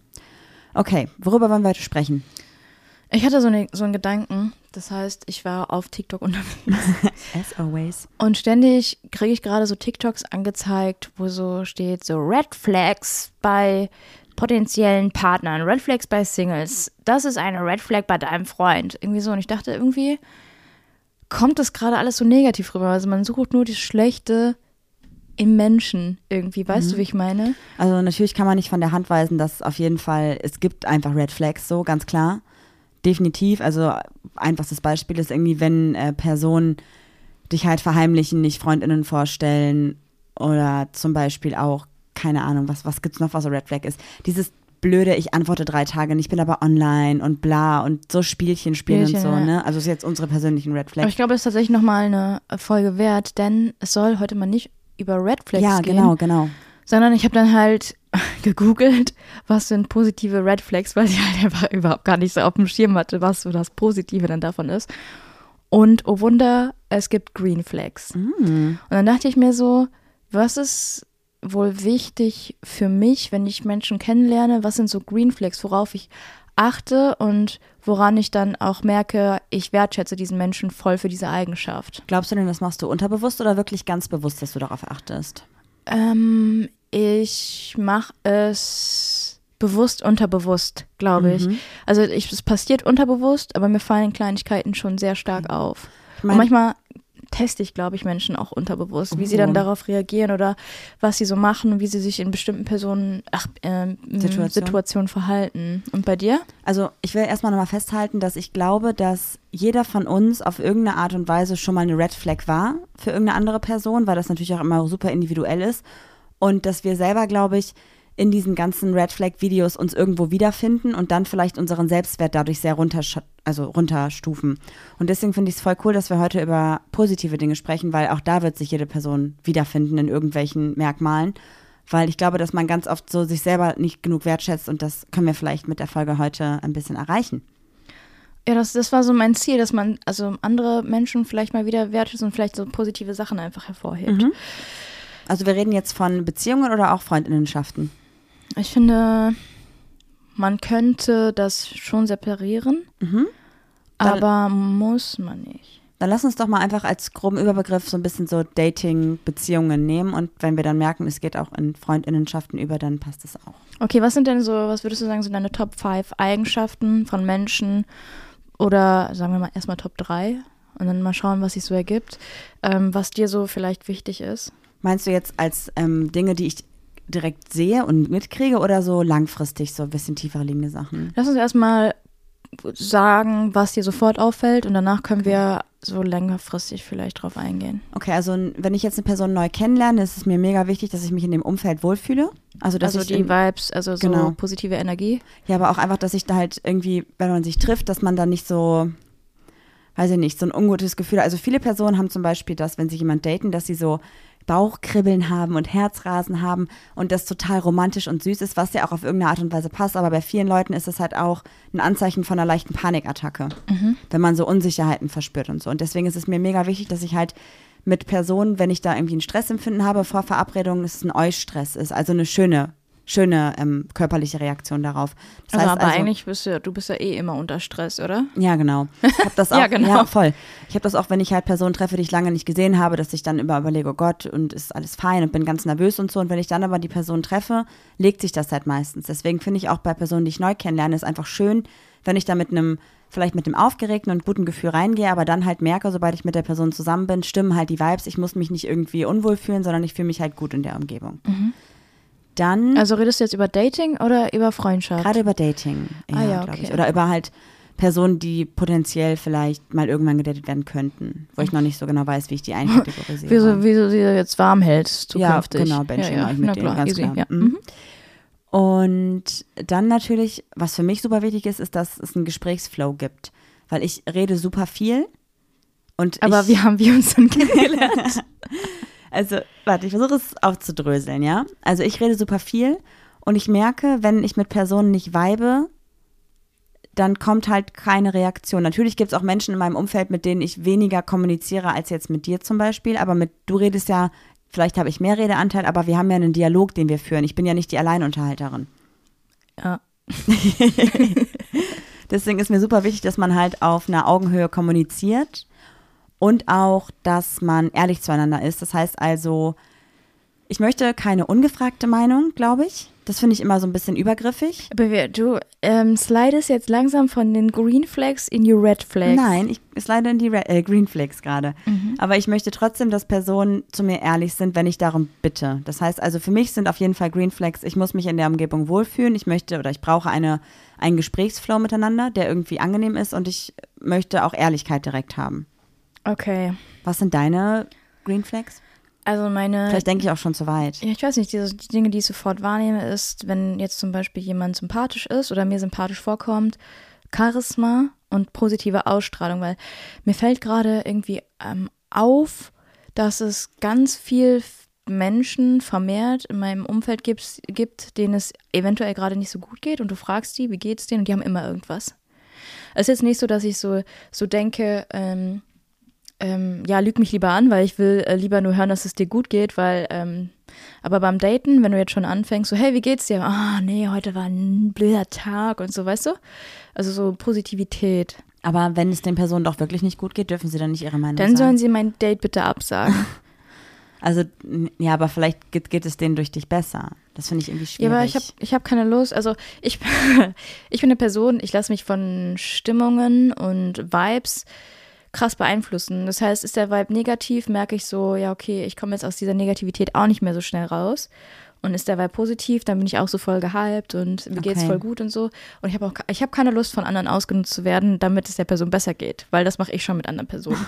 Okay, worüber wollen wir heute sprechen? Ich hatte so, eine, so einen Gedanken, das heißt, ich war auf TikTok unterwegs. As always. Und ständig kriege ich gerade so TikToks angezeigt, wo so steht, so Red Flags bei potenziellen Partnern, Red Flags bei Singles. Das ist eine Red Flag bei deinem Freund. Irgendwie so. Und ich dachte, irgendwie kommt das gerade alles so negativ rüber. Also man sucht nur das Schlechte im Menschen irgendwie. Weißt mhm. du, wie ich meine? Also natürlich kann man nicht von der Hand weisen, dass auf jeden Fall, es gibt einfach Red Flags, so ganz klar. Definitiv. Also einfachstes Beispiel ist irgendwie, wenn äh, Personen dich halt verheimlichen, nicht FreundInnen vorstellen oder zum Beispiel auch, keine Ahnung, was, was gibt's noch, was so Red Flag ist. Dieses blöde, ich antworte drei Tage nicht, bin aber online und bla und so Spielchen spielen Spielchen, und so, ja. ne? Also das ist jetzt unsere persönlichen Red Flags. Aber ich glaube, es ist tatsächlich nochmal eine Folge wert, denn es soll heute mal nicht über Red Flags ja, gehen. Ja, genau, genau. Sondern ich habe dann halt gegoogelt, was sind positive Red Flags, weil ich halt einfach überhaupt gar nicht so auf dem Schirm hatte, was so das Positive dann davon ist. Und oh Wunder, es gibt Green Flags. Mm. Und dann dachte ich mir so, was ist wohl wichtig für mich, wenn ich Menschen kennenlerne? Was sind so Green Flags, worauf ich achte und woran ich dann auch merke, ich wertschätze diesen Menschen voll für diese Eigenschaft? Glaubst du denn, das machst du unterbewusst oder wirklich ganz bewusst, dass du darauf achtest? Ähm, ich mache es bewusst, unterbewusst, glaube ich. Mhm. Also ich, es passiert unterbewusst, aber mir fallen Kleinigkeiten schon sehr stark auf. Ich mein, und manchmal teste ich, glaube ich, Menschen auch unterbewusst, wie oh. sie dann darauf reagieren oder was sie so machen und wie sie sich in bestimmten Personen, ach, äh, Situation. Situationen verhalten. Und bei dir? Also ich will erstmal nochmal festhalten, dass ich glaube, dass jeder von uns auf irgendeine Art und Weise schon mal eine Red Flag war für irgendeine andere Person, weil das natürlich auch immer super individuell ist. Und dass wir selber, glaube ich, in diesen ganzen Red Flag-Videos uns irgendwo wiederfinden und dann vielleicht unseren Selbstwert dadurch sehr runter, also runterstufen. Und deswegen finde ich es voll cool, dass wir heute über positive Dinge sprechen, weil auch da wird sich jede Person wiederfinden in irgendwelchen Merkmalen. Weil ich glaube, dass man ganz oft so sich selber nicht genug wertschätzt und das können wir vielleicht mit der Folge heute ein bisschen erreichen. Ja, das, das war so mein Ziel, dass man also andere Menschen vielleicht mal wieder wertschätzt und vielleicht so positive Sachen einfach hervorhebt. Mhm. Also wir reden jetzt von Beziehungen oder auch Freundinnenschaften? Ich finde, man könnte das schon separieren, mhm. aber muss man nicht. Dann lass uns doch mal einfach als groben Überbegriff so ein bisschen so Dating-Beziehungen nehmen und wenn wir dann merken, es geht auch in Freundinnenschaften über, dann passt es auch. Okay, was sind denn so, was würdest du sagen, sind deine Top fünf Eigenschaften von Menschen oder sagen wir mal erstmal Top drei und dann mal schauen, was sich so ergibt, ähm, was dir so vielleicht wichtig ist? Meinst du jetzt als ähm, Dinge, die ich direkt sehe und mitkriege oder so langfristig, so ein bisschen tiefer liegende Sachen? Lass uns erstmal sagen, was dir sofort auffällt und danach können wir so längerfristig vielleicht drauf eingehen. Okay, also wenn ich jetzt eine Person neu kennenlerne, ist es mir mega wichtig, dass ich mich in dem Umfeld wohlfühle. Also, dass also ich die in, Vibes, also so genau. positive Energie. Ja, aber auch einfach, dass ich da halt irgendwie, wenn man sich trifft, dass man da nicht so, weiß ich nicht, so ein ungutes Gefühl. Also viele Personen haben zum Beispiel das, wenn sie jemand daten, dass sie so Bauchkribbeln haben und Herzrasen haben und das total romantisch und süß ist, was ja auch auf irgendeine Art und Weise passt. Aber bei vielen Leuten ist es halt auch ein Anzeichen von einer leichten Panikattacke, mhm. wenn man so Unsicherheiten verspürt und so. Und deswegen ist es mir mega wichtig, dass ich halt mit Personen, wenn ich da irgendwie ein Stressempfinden habe vor Verabredungen, dass es ein Eustress ist, also eine schöne schöne ähm, körperliche Reaktion darauf. Das also, heißt aber also, eigentlich bist du, du bist ja eh immer unter Stress, oder? Ja, genau. Ich habe das auch, ja, genau. ja, voll. Ich habe das auch, wenn ich halt Personen treffe, die ich lange nicht gesehen habe, dass ich dann immer überlege, oh Gott, und ist alles fein und bin ganz nervös und so. Und wenn ich dann aber die Person treffe, legt sich das halt meistens. Deswegen finde ich auch bei Personen, die ich neu kennenlerne, ist einfach schön, wenn ich da mit einem, vielleicht mit dem aufgeregten und guten Gefühl reingehe, aber dann halt merke, sobald ich mit der Person zusammen bin, stimmen halt die Vibes. Ich muss mich nicht irgendwie unwohl fühlen, sondern ich fühle mich halt gut in der Umgebung. Mhm. Dann, also redest du jetzt über Dating oder über Freundschaft? Gerade über Dating, ja, ah, ja glaube okay. ich. Oder über halt Personen, die potenziell vielleicht mal irgendwann gedatet werden könnten, wo ich noch nicht so genau weiß, wie ich die einkategorisiere. Wieso, wieso sie jetzt warm hältst zukünftig. Ja, genau, Benjamin, ja, ja. ich mit Na denen, klar, ganz easy, klar. Ja. Mhm. Und dann natürlich, was für mich super wichtig ist, ist, dass es einen Gesprächsflow gibt. Weil ich rede super viel. Und Aber ich, wie haben wir uns dann kennengelernt? Also, warte, ich versuche es aufzudröseln, ja? Also ich rede super viel und ich merke, wenn ich mit Personen nicht vibe, dann kommt halt keine Reaktion. Natürlich gibt es auch Menschen in meinem Umfeld, mit denen ich weniger kommuniziere als jetzt mit dir zum Beispiel, aber mit, du redest ja, vielleicht habe ich mehr Redeanteil, aber wir haben ja einen Dialog, den wir führen. Ich bin ja nicht die Alleinunterhalterin. Ja. Deswegen ist mir super wichtig, dass man halt auf einer Augenhöhe kommuniziert. Und auch, dass man ehrlich zueinander ist. Das heißt also, ich möchte keine ungefragte Meinung, glaube ich. Das finde ich immer so ein bisschen übergriffig. Aber wir, du ähm, slidest jetzt langsam von den Green Flags in die Red Flags. Nein, ich slide in die Red, äh, Green Flags gerade. Mhm. Aber ich möchte trotzdem, dass Personen zu mir ehrlich sind, wenn ich darum bitte. Das heißt also, für mich sind auf jeden Fall Green Flags, ich muss mich in der Umgebung wohlfühlen. Ich möchte oder ich brauche eine, einen Gesprächsflow miteinander, der irgendwie angenehm ist. Und ich möchte auch Ehrlichkeit direkt haben. Okay. Was sind deine Green Flags? Also meine. Vielleicht denke ich auch schon zu weit. Ja, ich weiß nicht, die, die Dinge, die ich sofort wahrnehme, ist, wenn jetzt zum Beispiel jemand sympathisch ist oder mir sympathisch vorkommt, Charisma und positive Ausstrahlung, weil mir fällt gerade irgendwie ähm, auf, dass es ganz viel Menschen vermehrt in meinem Umfeld gibt, gibt, denen es eventuell gerade nicht so gut geht und du fragst die, wie geht's denen und die haben immer irgendwas. Es ist jetzt nicht so, dass ich so, so denke, ähm, Ähm, ja, lüg mich lieber an, weil ich will äh, lieber nur hören, dass es dir gut geht, weil, ähm, aber beim Daten, wenn du jetzt schon anfängst, so, hey, wie geht's dir? Ah, nee, heute war ein blöder Tag und so, weißt du? Also so Positivität. Aber wenn es den Personen doch wirklich nicht gut geht, dürfen sie dann nicht ihre Meinung dann sagen? Dann sollen sie mein Date bitte absagen. Also, ja, aber vielleicht geht, geht es denen durch dich besser. Das finde ich irgendwie schwierig. Ja, aber ich habe ich hab keine Lust. Also ich, ich bin eine Person, ich lasse mich von Stimmungen und Vibes krass beeinflussen. Das heißt, ist der Vibe negativ, merke ich so, ja okay, ich komme jetzt aus dieser Negativität auch nicht mehr so schnell raus. Und ist der Vibe positiv, dann bin ich auch so voll gehypt und mir geht's Okay. voll gut und so. Und ich habe auch, ich habe keine Lust, von anderen ausgenutzt zu werden, damit es der Person besser geht, weil das mache ich schon mit anderen Personen.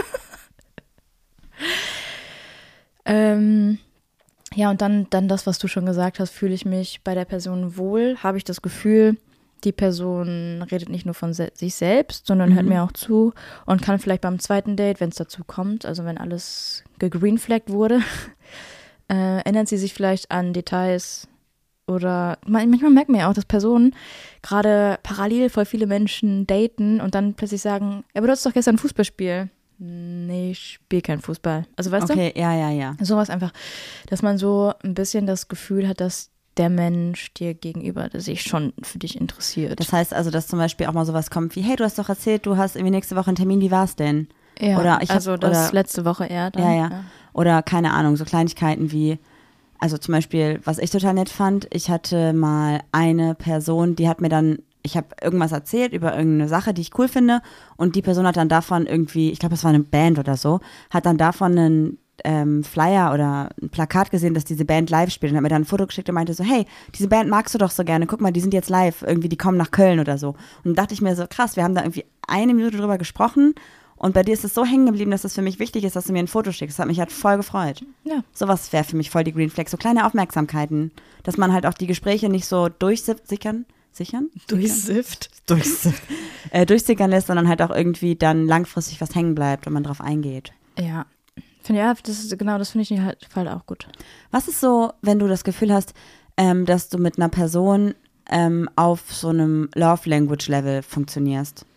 ähm, ja, und dann, dann das, was du schon gesagt hast, fühle ich mich bei der Person wohl, habe ich das Gefühl, die Person redet nicht nur von se- sich selbst, sondern Mhm. hört mir auch zu und kann vielleicht beim zweiten Date, wenn es dazu kommt, also wenn alles gegreenflaggt wurde, äh, erinnert sie sich vielleicht an Details oder man- manchmal merkt man ja auch, dass Personen gerade parallel voll viele Menschen daten und dann plötzlich sagen, ja, aber du hattest doch gestern ein Fußballspiel. Nee, ich spiele keinen Fußball. Also weißt Okay, ja, ja, ja. du? Sowas einfach, dass man so ein bisschen das Gefühl hat, dass der Mensch dir gegenüber, der sich schon für dich interessiert. Das heißt also, dass zum Beispiel auch mal sowas kommt wie, hey, du hast doch erzählt, du hast irgendwie nächste Woche einen Termin, wie war's denn? ja, oder ich hab- also das oder- letzte Woche eher dann. Ja, ja. Oder keine Ahnung, so Kleinigkeiten wie, also zum Beispiel, was ich total nett fand, ich hatte mal eine Person, die hat mir dann, ich habe irgendwas erzählt über irgendeine Sache, die ich cool finde und die Person hat dann davon irgendwie, ich glaube, es war eine Band oder so, hat dann davon einen ähm, Flyer oder ein Plakat gesehen, dass diese Band live spielt und hat mir dann ein Foto geschickt und meinte so, hey, diese Band magst du doch so gerne, guck mal, die sind jetzt live, irgendwie, die kommen nach Köln oder so. Und dann dachte ich mir so, krass, wir haben da irgendwie eine Minute drüber gesprochen und bei dir ist es so hängen geblieben, dass es für mich wichtig ist, dass du mir ein Foto schickst. Das hat mich halt voll gefreut. Ja. Sowas wäre für mich voll die Green Flag, so kleine Aufmerksamkeiten, dass man halt auch die Gespräche nicht so durchsickern, sichern? Durchsifft. Durchsift. äh, durchsickern lässt, sondern halt auch irgendwie dann langfristig was hängen bleibt und man drauf eingeht. Ja, Find, ja, das ist, genau, das finde ich in dem Fall auch gut. Was ist so, wenn du das Gefühl hast, ähm, dass du mit einer Person ähm, auf so einem Love-Language-Level funktionierst?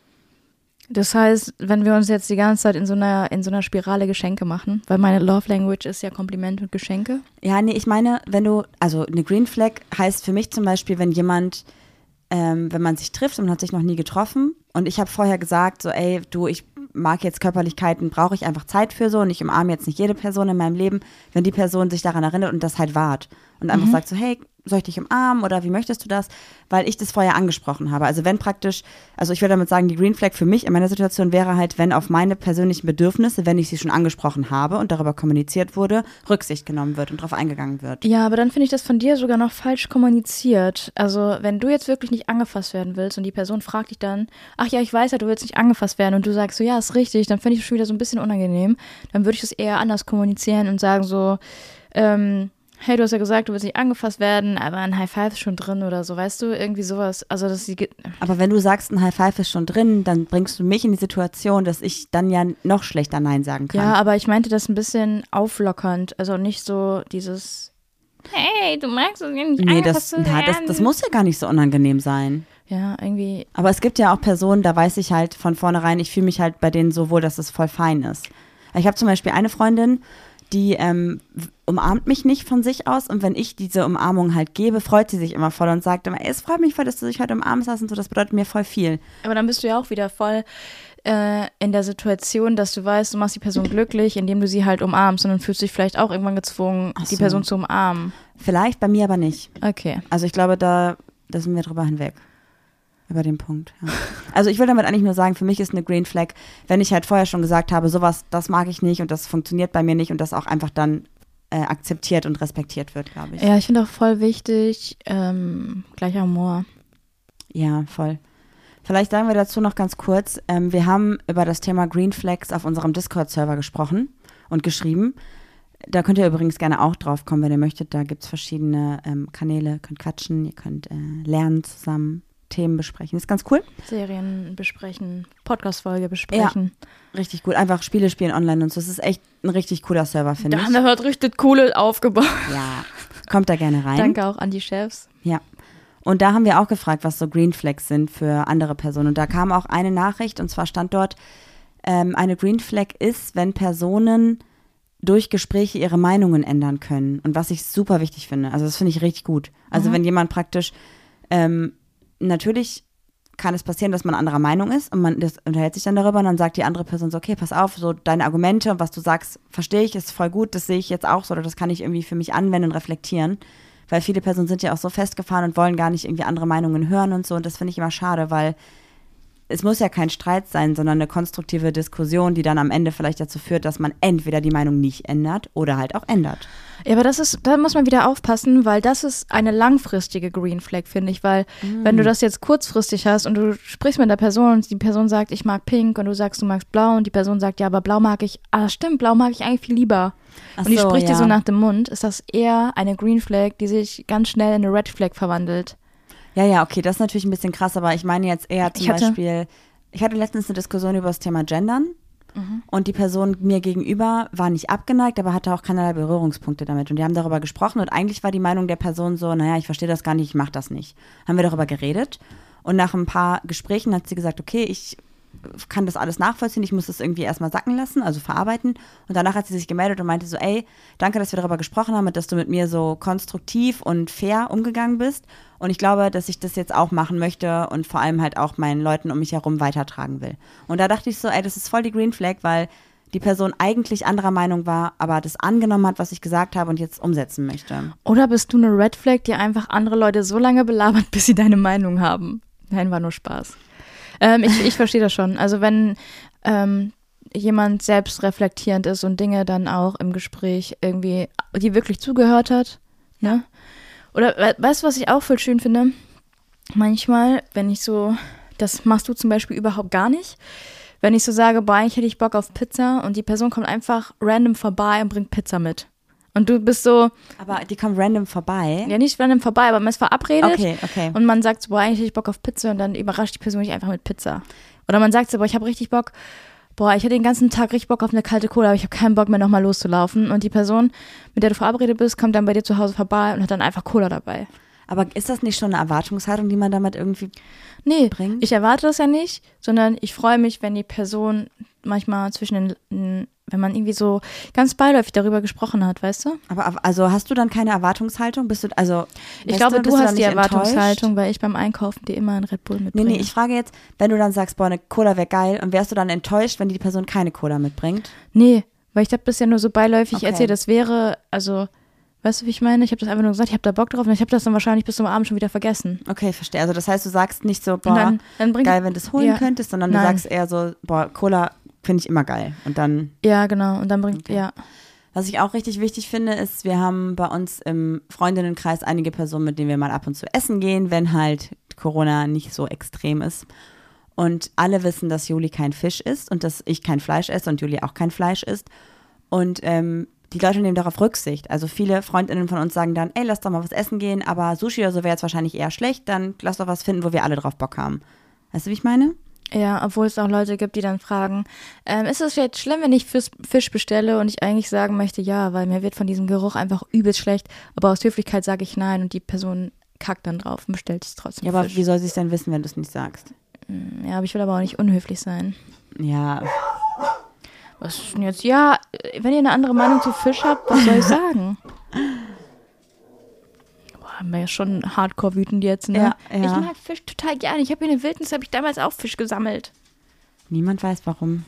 Das heißt, wenn wir uns jetzt die ganze Zeit in so einer, in so einer Spirale Geschenke machen, weil meine Love Language ist ja Kompliment und Geschenke. Ja, nee, ich meine, wenn du, also eine Green Flag heißt für mich zum Beispiel, wenn jemand, ähm, wenn man sich trifft und man hat sich noch nie getroffen und ich habe vorher gesagt, so ey, du, ich mag jetzt Körperlichkeiten, brauche ich einfach Zeit für so und ich umarme jetzt nicht jede Person in meinem Leben, wenn die Person sich daran erinnert und das halt wahrt und einfach mhm. sagt so, hey, soll ich dich umarmen oder wie möchtest du das? Weil ich das vorher angesprochen habe. Also wenn praktisch, also ich würde damit sagen, die Green Flag für mich in meiner Situation wäre halt, wenn auf meine persönlichen Bedürfnisse, wenn ich sie schon angesprochen habe und darüber kommuniziert wurde, Rücksicht genommen wird und darauf eingegangen wird. Ja, aber dann finde ich das von dir sogar noch falsch kommuniziert. Also wenn du jetzt wirklich nicht angefasst werden willst und die Person fragt dich dann, ach ja, ich weiß ja, du willst nicht angefasst werden und du sagst so, ja, ist richtig, dann finde ich das schon wieder so ein bisschen unangenehm. Dann würde ich das eher anders kommunizieren und sagen so, ähm, hey, du hast ja gesagt, du willst nicht angefasst werden, aber ein High Five ist schon drin oder so, weißt du, irgendwie sowas. Also dass sie aber wenn du sagst, ein High Five ist schon drin, dann bringst du mich in die Situation, dass ich dann ja noch schlechter Nein sagen kann. Ja, aber ich meinte das ein bisschen auflockernd, also nicht so dieses, hey, du magst es ja nicht nee, angefasst das, zu werden. Ja, das, das muss ja gar nicht so unangenehm sein. Ja, irgendwie. Aber es gibt ja auch Personen, da weiß ich halt von vornherein, ich fühle mich halt bei denen so wohl, dass es voll fein ist. Ich habe zum Beispiel eine Freundin, die ähm, umarmt mich nicht von sich aus und wenn ich diese Umarmung halt gebe, freut sie sich immer voll und sagt immer, ey, es freut mich voll, dass du dich heute umarmst hast und so, das bedeutet mir voll viel. Aber dann bist du ja auch wieder voll äh, in der Situation, dass du weißt, du machst die Person glücklich, indem du sie halt umarmst und dann fühlst du dich vielleicht auch irgendwann gezwungen, Ach so. die Person zu umarmen. Vielleicht, bei mir aber nicht. Okay. Also ich glaube, da, da sind wir drüber hinweg. Über den Punkt, ja. Also ich will damit eigentlich nur sagen, für mich ist eine Green Flag, wenn ich halt vorher schon gesagt habe, sowas, das mag ich nicht und das funktioniert bei mir nicht und das auch einfach dann äh, akzeptiert und respektiert wird, glaube ich. Ja, ich finde auch voll wichtig, ähm, gleicher Humor. Ja, voll. Vielleicht sagen wir dazu noch ganz kurz, ähm, wir haben über das Thema Green Flags auf unserem Discord-Server gesprochen und geschrieben. Da könnt ihr übrigens gerne auch drauf kommen, wenn ihr möchtet. Da gibt es verschiedene ähm, Kanäle, ihr könnt quatschen, ihr könnt äh, lernen zusammen. Themen besprechen. Ist ganz cool. Serien besprechen, Podcast-Folge besprechen. Ja, richtig gut. Einfach Spiele spielen online und so. Das ist echt ein richtig cooler Server, finde ich. Da haben wir heute richtig coole aufgebaut. Ja, kommt da gerne rein. Danke auch an die Chefs. Ja. Und da haben wir auch gefragt, was so Green Flags sind für andere Personen. Und da kam auch eine Nachricht und zwar stand dort, ähm, eine Green Flag ist, wenn Personen durch Gespräche ihre Meinungen ändern können. Und was ich super wichtig finde. Also das finde ich richtig gut. Also mhm. wenn jemand praktisch ähm, natürlich kann es passieren, dass man anderer Meinung ist und man das unterhält sich dann darüber und dann sagt die andere Person so, okay, pass auf, so deine Argumente und was du sagst, verstehe ich, ist voll gut, das sehe ich jetzt auch so oder das kann ich irgendwie für mich anwenden und reflektieren, weil viele Personen sind ja auch so festgefahren und wollen gar nicht irgendwie andere Meinungen hören und so und das finde ich immer schade, weil es muss ja kein Streit sein, sondern eine konstruktive Diskussion, die dann am Ende vielleicht dazu führt, dass man entweder die Meinung nicht ändert oder halt auch ändert. Ja, aber das ist, da muss man wieder aufpassen, weil das ist eine langfristige Green Flag, finde ich, weil mm. wenn du das jetzt kurzfristig hast und du sprichst mit der Person und die Person sagt, ich mag pink und du sagst, du magst blau und die Person sagt, ja, aber blau mag ich, ah, stimmt, blau mag ich eigentlich viel lieber. Ach und die so, spricht ja. dir so nach dem Mund, ist das eher eine Green Flag, die sich ganz schnell in eine Red Flag verwandelt. Ja, ja, okay, das ist natürlich ein bisschen krass, aber ich meine jetzt eher zum ich hatte, Beispiel, ich hatte letztens eine Diskussion über das Thema Gendern mhm. und die Person mir gegenüber war nicht abgeneigt, aber hatte auch keinerlei Berührungspunkte damit und die haben darüber gesprochen und eigentlich war die Meinung der Person so, naja, ich verstehe das gar nicht, ich mache das nicht. Haben wir darüber geredet und nach ein paar Gesprächen hat sie gesagt, okay, ich kann das alles nachvollziehen, ich muss das irgendwie erstmal sacken lassen, also verarbeiten und danach hat sie sich gemeldet und meinte so, ey, danke, dass wir darüber gesprochen haben und dass du mit mir so konstruktiv und fair umgegangen bist und ich glaube, dass ich das jetzt auch machen möchte und vor allem halt auch meinen Leuten um mich herum weitertragen will. Und da dachte ich so, ey, das ist voll die Green Flag, weil die Person eigentlich anderer Meinung war, aber das angenommen hat, was ich gesagt habe und jetzt umsetzen möchte. Oder bist du eine Red Flag, die einfach andere Leute so lange belabert, bis sie deine Meinung haben? Nein, war nur Spaß. Ähm, ich, ich verstehe das schon. Also wenn ähm, jemand selbst reflektierend ist und Dinge dann auch im Gespräch irgendwie, die wirklich zugehört hat, ne? Oder we- weißt du, was ich auch voll schön finde? Manchmal, wenn ich so, das machst du zum Beispiel überhaupt gar nicht, wenn ich so sage, boah, eigentlich hätte ich Bock auf Pizza und die Person kommt einfach random vorbei und bringt Pizza mit. Und du bist so. Aber die kommt random vorbei? Ja, nicht random vorbei, aber man ist verabredet. Okay, okay. Und man sagt so, boah, eigentlich hätte ich Bock auf Pizza und dann überrascht die Person mich einfach mit Pizza. Oder man sagt so, boah, ich habe richtig Bock, boah, ich hatte den ganzen Tag richtig Bock auf eine kalte Cola, aber ich habe keinen Bock mehr nochmal loszulaufen. Und die Person, mit der du verabredet bist, kommt dann bei dir zu Hause vorbei und hat dann einfach Cola dabei. Aber ist das nicht schon eine Erwartungshaltung, die man damit irgendwie Nee, bringt? ich erwarte das ja nicht, sondern ich freue mich, wenn die Person manchmal zwischen den, wenn man irgendwie so ganz beiläufig darüber gesprochen hat, weißt du? Aber also hast du dann keine Erwartungshaltung? Bist du, also Ich weißt glaube, du, du, bist hast dann die nicht Erwartungshaltung, enttäuscht? weil ich beim Einkaufen dir immer einen Red Bull Nee, mitbringe. nee, ich frage jetzt, wenn du dann sagst, boah, eine Cola wäre geil, und wärst du dann enttäuscht, wenn die Person keine Cola mitbringt? Nee, weil ich habe das ja nur so beiläufig Okay. erzählt. Das wäre, also, weißt du, wie ich meine? Ich habe das einfach nur gesagt, ich habe da Bock drauf und ich habe das dann wahrscheinlich bis zum Abend schon wieder vergessen. Okay, verstehe. Also das heißt, du sagst nicht so, Und boah, dann, dann bringt, geil, wenn du es holen ja. könntest, sondern du Nein. sagst eher so, boah, Cola finde ich immer geil. Und dann, Ja, genau. Und dann bringt, Okay. ja. was ich auch richtig wichtig finde, ist, wir haben bei uns im Freundinnenkreis einige Personen, mit denen wir mal ab und zu essen gehen, wenn halt Corona nicht so extrem ist. Und alle wissen, dass Juli kein Fisch isst und dass ich kein Fleisch esse und Juli auch kein Fleisch isst. Und ähm, die Leute nehmen darauf Rücksicht. Also viele Freundinnen von uns sagen dann, ey, lass doch mal was essen gehen, aber Sushi oder so wäre jetzt wahrscheinlich eher schlecht, dann lass doch was finden, wo wir alle drauf Bock haben. Weißt du, wie ich meine? Ja, obwohl es auch Leute gibt, die dann fragen, ähm, ist es jetzt schlimm, wenn ich Fisch, Fisch bestelle und ich eigentlich sagen möchte, ja, weil mir wird von diesem Geruch einfach übelst schlecht, aber aus Höflichkeit sage ich nein und die Person kackt dann drauf und bestellt es trotzdem Ja, aber Fisch. wie soll sie es denn wissen, wenn du es nicht sagst? Ja, aber ich will aber auch nicht unhöflich sein. Ja, Was ist denn jetzt? Ja, wenn ihr eine andere Meinung zu Fisch habt, was soll ich sagen? Boah, haben wir ja schon hardcore wütend jetzt, ne? Ja, ja. Ich mag Fisch total gerne. Ich habe in der Wildnis, habe ich damals auch Fisch gesammelt. niemand weiß warum.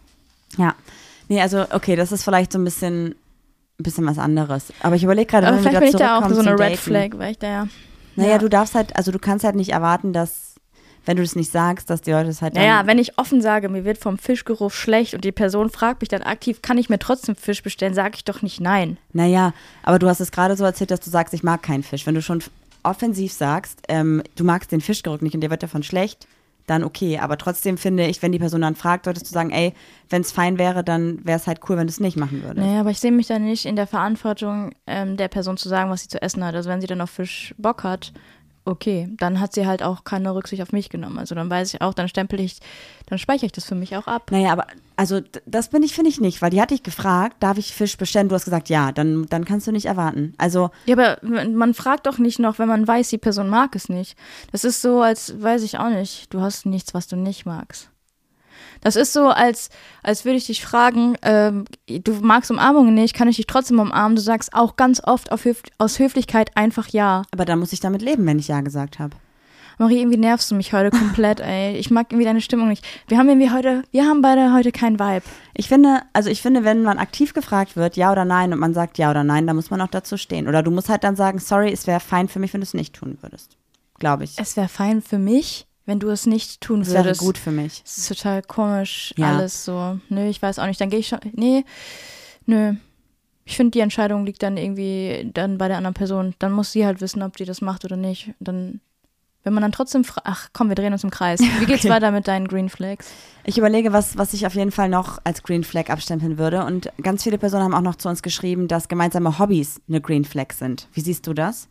Ja, nee, also okay, das ist vielleicht so ein bisschen, ein bisschen was anderes. Aber ich überlege gerade, Aber wenn wir vielleicht wieder bin ich da auch zurückkommen so eine zum Red Daten. Flag, weil ich da ja... Naja, Ja. du darfst halt, also du kannst halt nicht erwarten, dass, wenn du das nicht sagst, dass die Leute es halt dann... Naja, wenn ich offen sage, mir wird vom Fischgeruch schlecht und die Person fragt mich dann aktiv, kann ich mir trotzdem Fisch bestellen, sage ich doch nicht nein. Naja, aber du hast es gerade so erzählt, dass du sagst, ich mag keinen Fisch. Wenn du schon offensiv sagst, ähm, du magst den Fischgeruch nicht und dir wird davon schlecht, dann okay. Aber trotzdem finde ich, wenn die Person dann fragt, solltest du sagen, ey, wenn es fein wäre, dann wäre es halt cool, wenn du es nicht machen würdest. Naja, aber ich sehe mich dann nicht in der Verantwortung, ähm, der Person zu sagen, was sie zu essen hat. Also wenn sie dann auf Fisch Bock hat, okay, dann hat sie halt auch keine Rücksicht auf mich genommen. Also dann weiß ich auch, dann stempel ich, dann speichere ich das für mich auch ab. Naja, aber also d- das bin ich, finde ich nicht, weil die hat dich gefragt, darf ich Fisch bestellen? Du hast gesagt, ja, dann, dann kannst du nicht erwarten. Also, Ja, aber man fragt doch nicht noch, wenn man weiß, die Person mag es nicht. Das ist so, als weiß ich auch nicht, du hast nichts, was du nicht magst. Das ist so, als, als würde ich dich fragen, ähm, du magst Umarmungen nicht, kann ich dich trotzdem umarmen? Du sagst auch ganz oft auf Höf- aus Höflichkeit einfach ja. aber dann muss ich damit leben, wenn ich ja gesagt habe. Marie, irgendwie nervst du mich heute komplett, ey. Ich mag irgendwie deine Stimmung nicht. Wir haben irgendwie heute, wir haben beide heute keinen Vibe. Ich finde, also ich finde, wenn man aktiv gefragt wird, ja oder nein, und man sagt ja oder nein, dann muss man auch dazu stehen. Oder du musst halt dann sagen, sorry, es wäre fein für mich, wenn du es nicht tun würdest. Glaube ich. Es wäre fein für mich, wenn du es nicht tun Es wäre würdest. gut für mich. Das ist total komisch, Ja. alles so. Nö, ich weiß auch nicht. Dann gehe ich schon. Nee, nö. Ich finde, die Entscheidung liegt dann irgendwie dann bei der anderen Person. Dann muss sie halt wissen, ob die das macht oder nicht. Dann, wenn man dann trotzdem fra- ach komm, wir drehen uns im Kreis. Wie geht's Okay. weiter mit deinen Green Flags? Ich überlege, was, was ich auf jeden Fall noch als Green Flag abstempeln würde. Und ganz viele Personen haben auch noch zu uns geschrieben, dass gemeinsame Hobbys eine Green Flag sind. Wie siehst du das?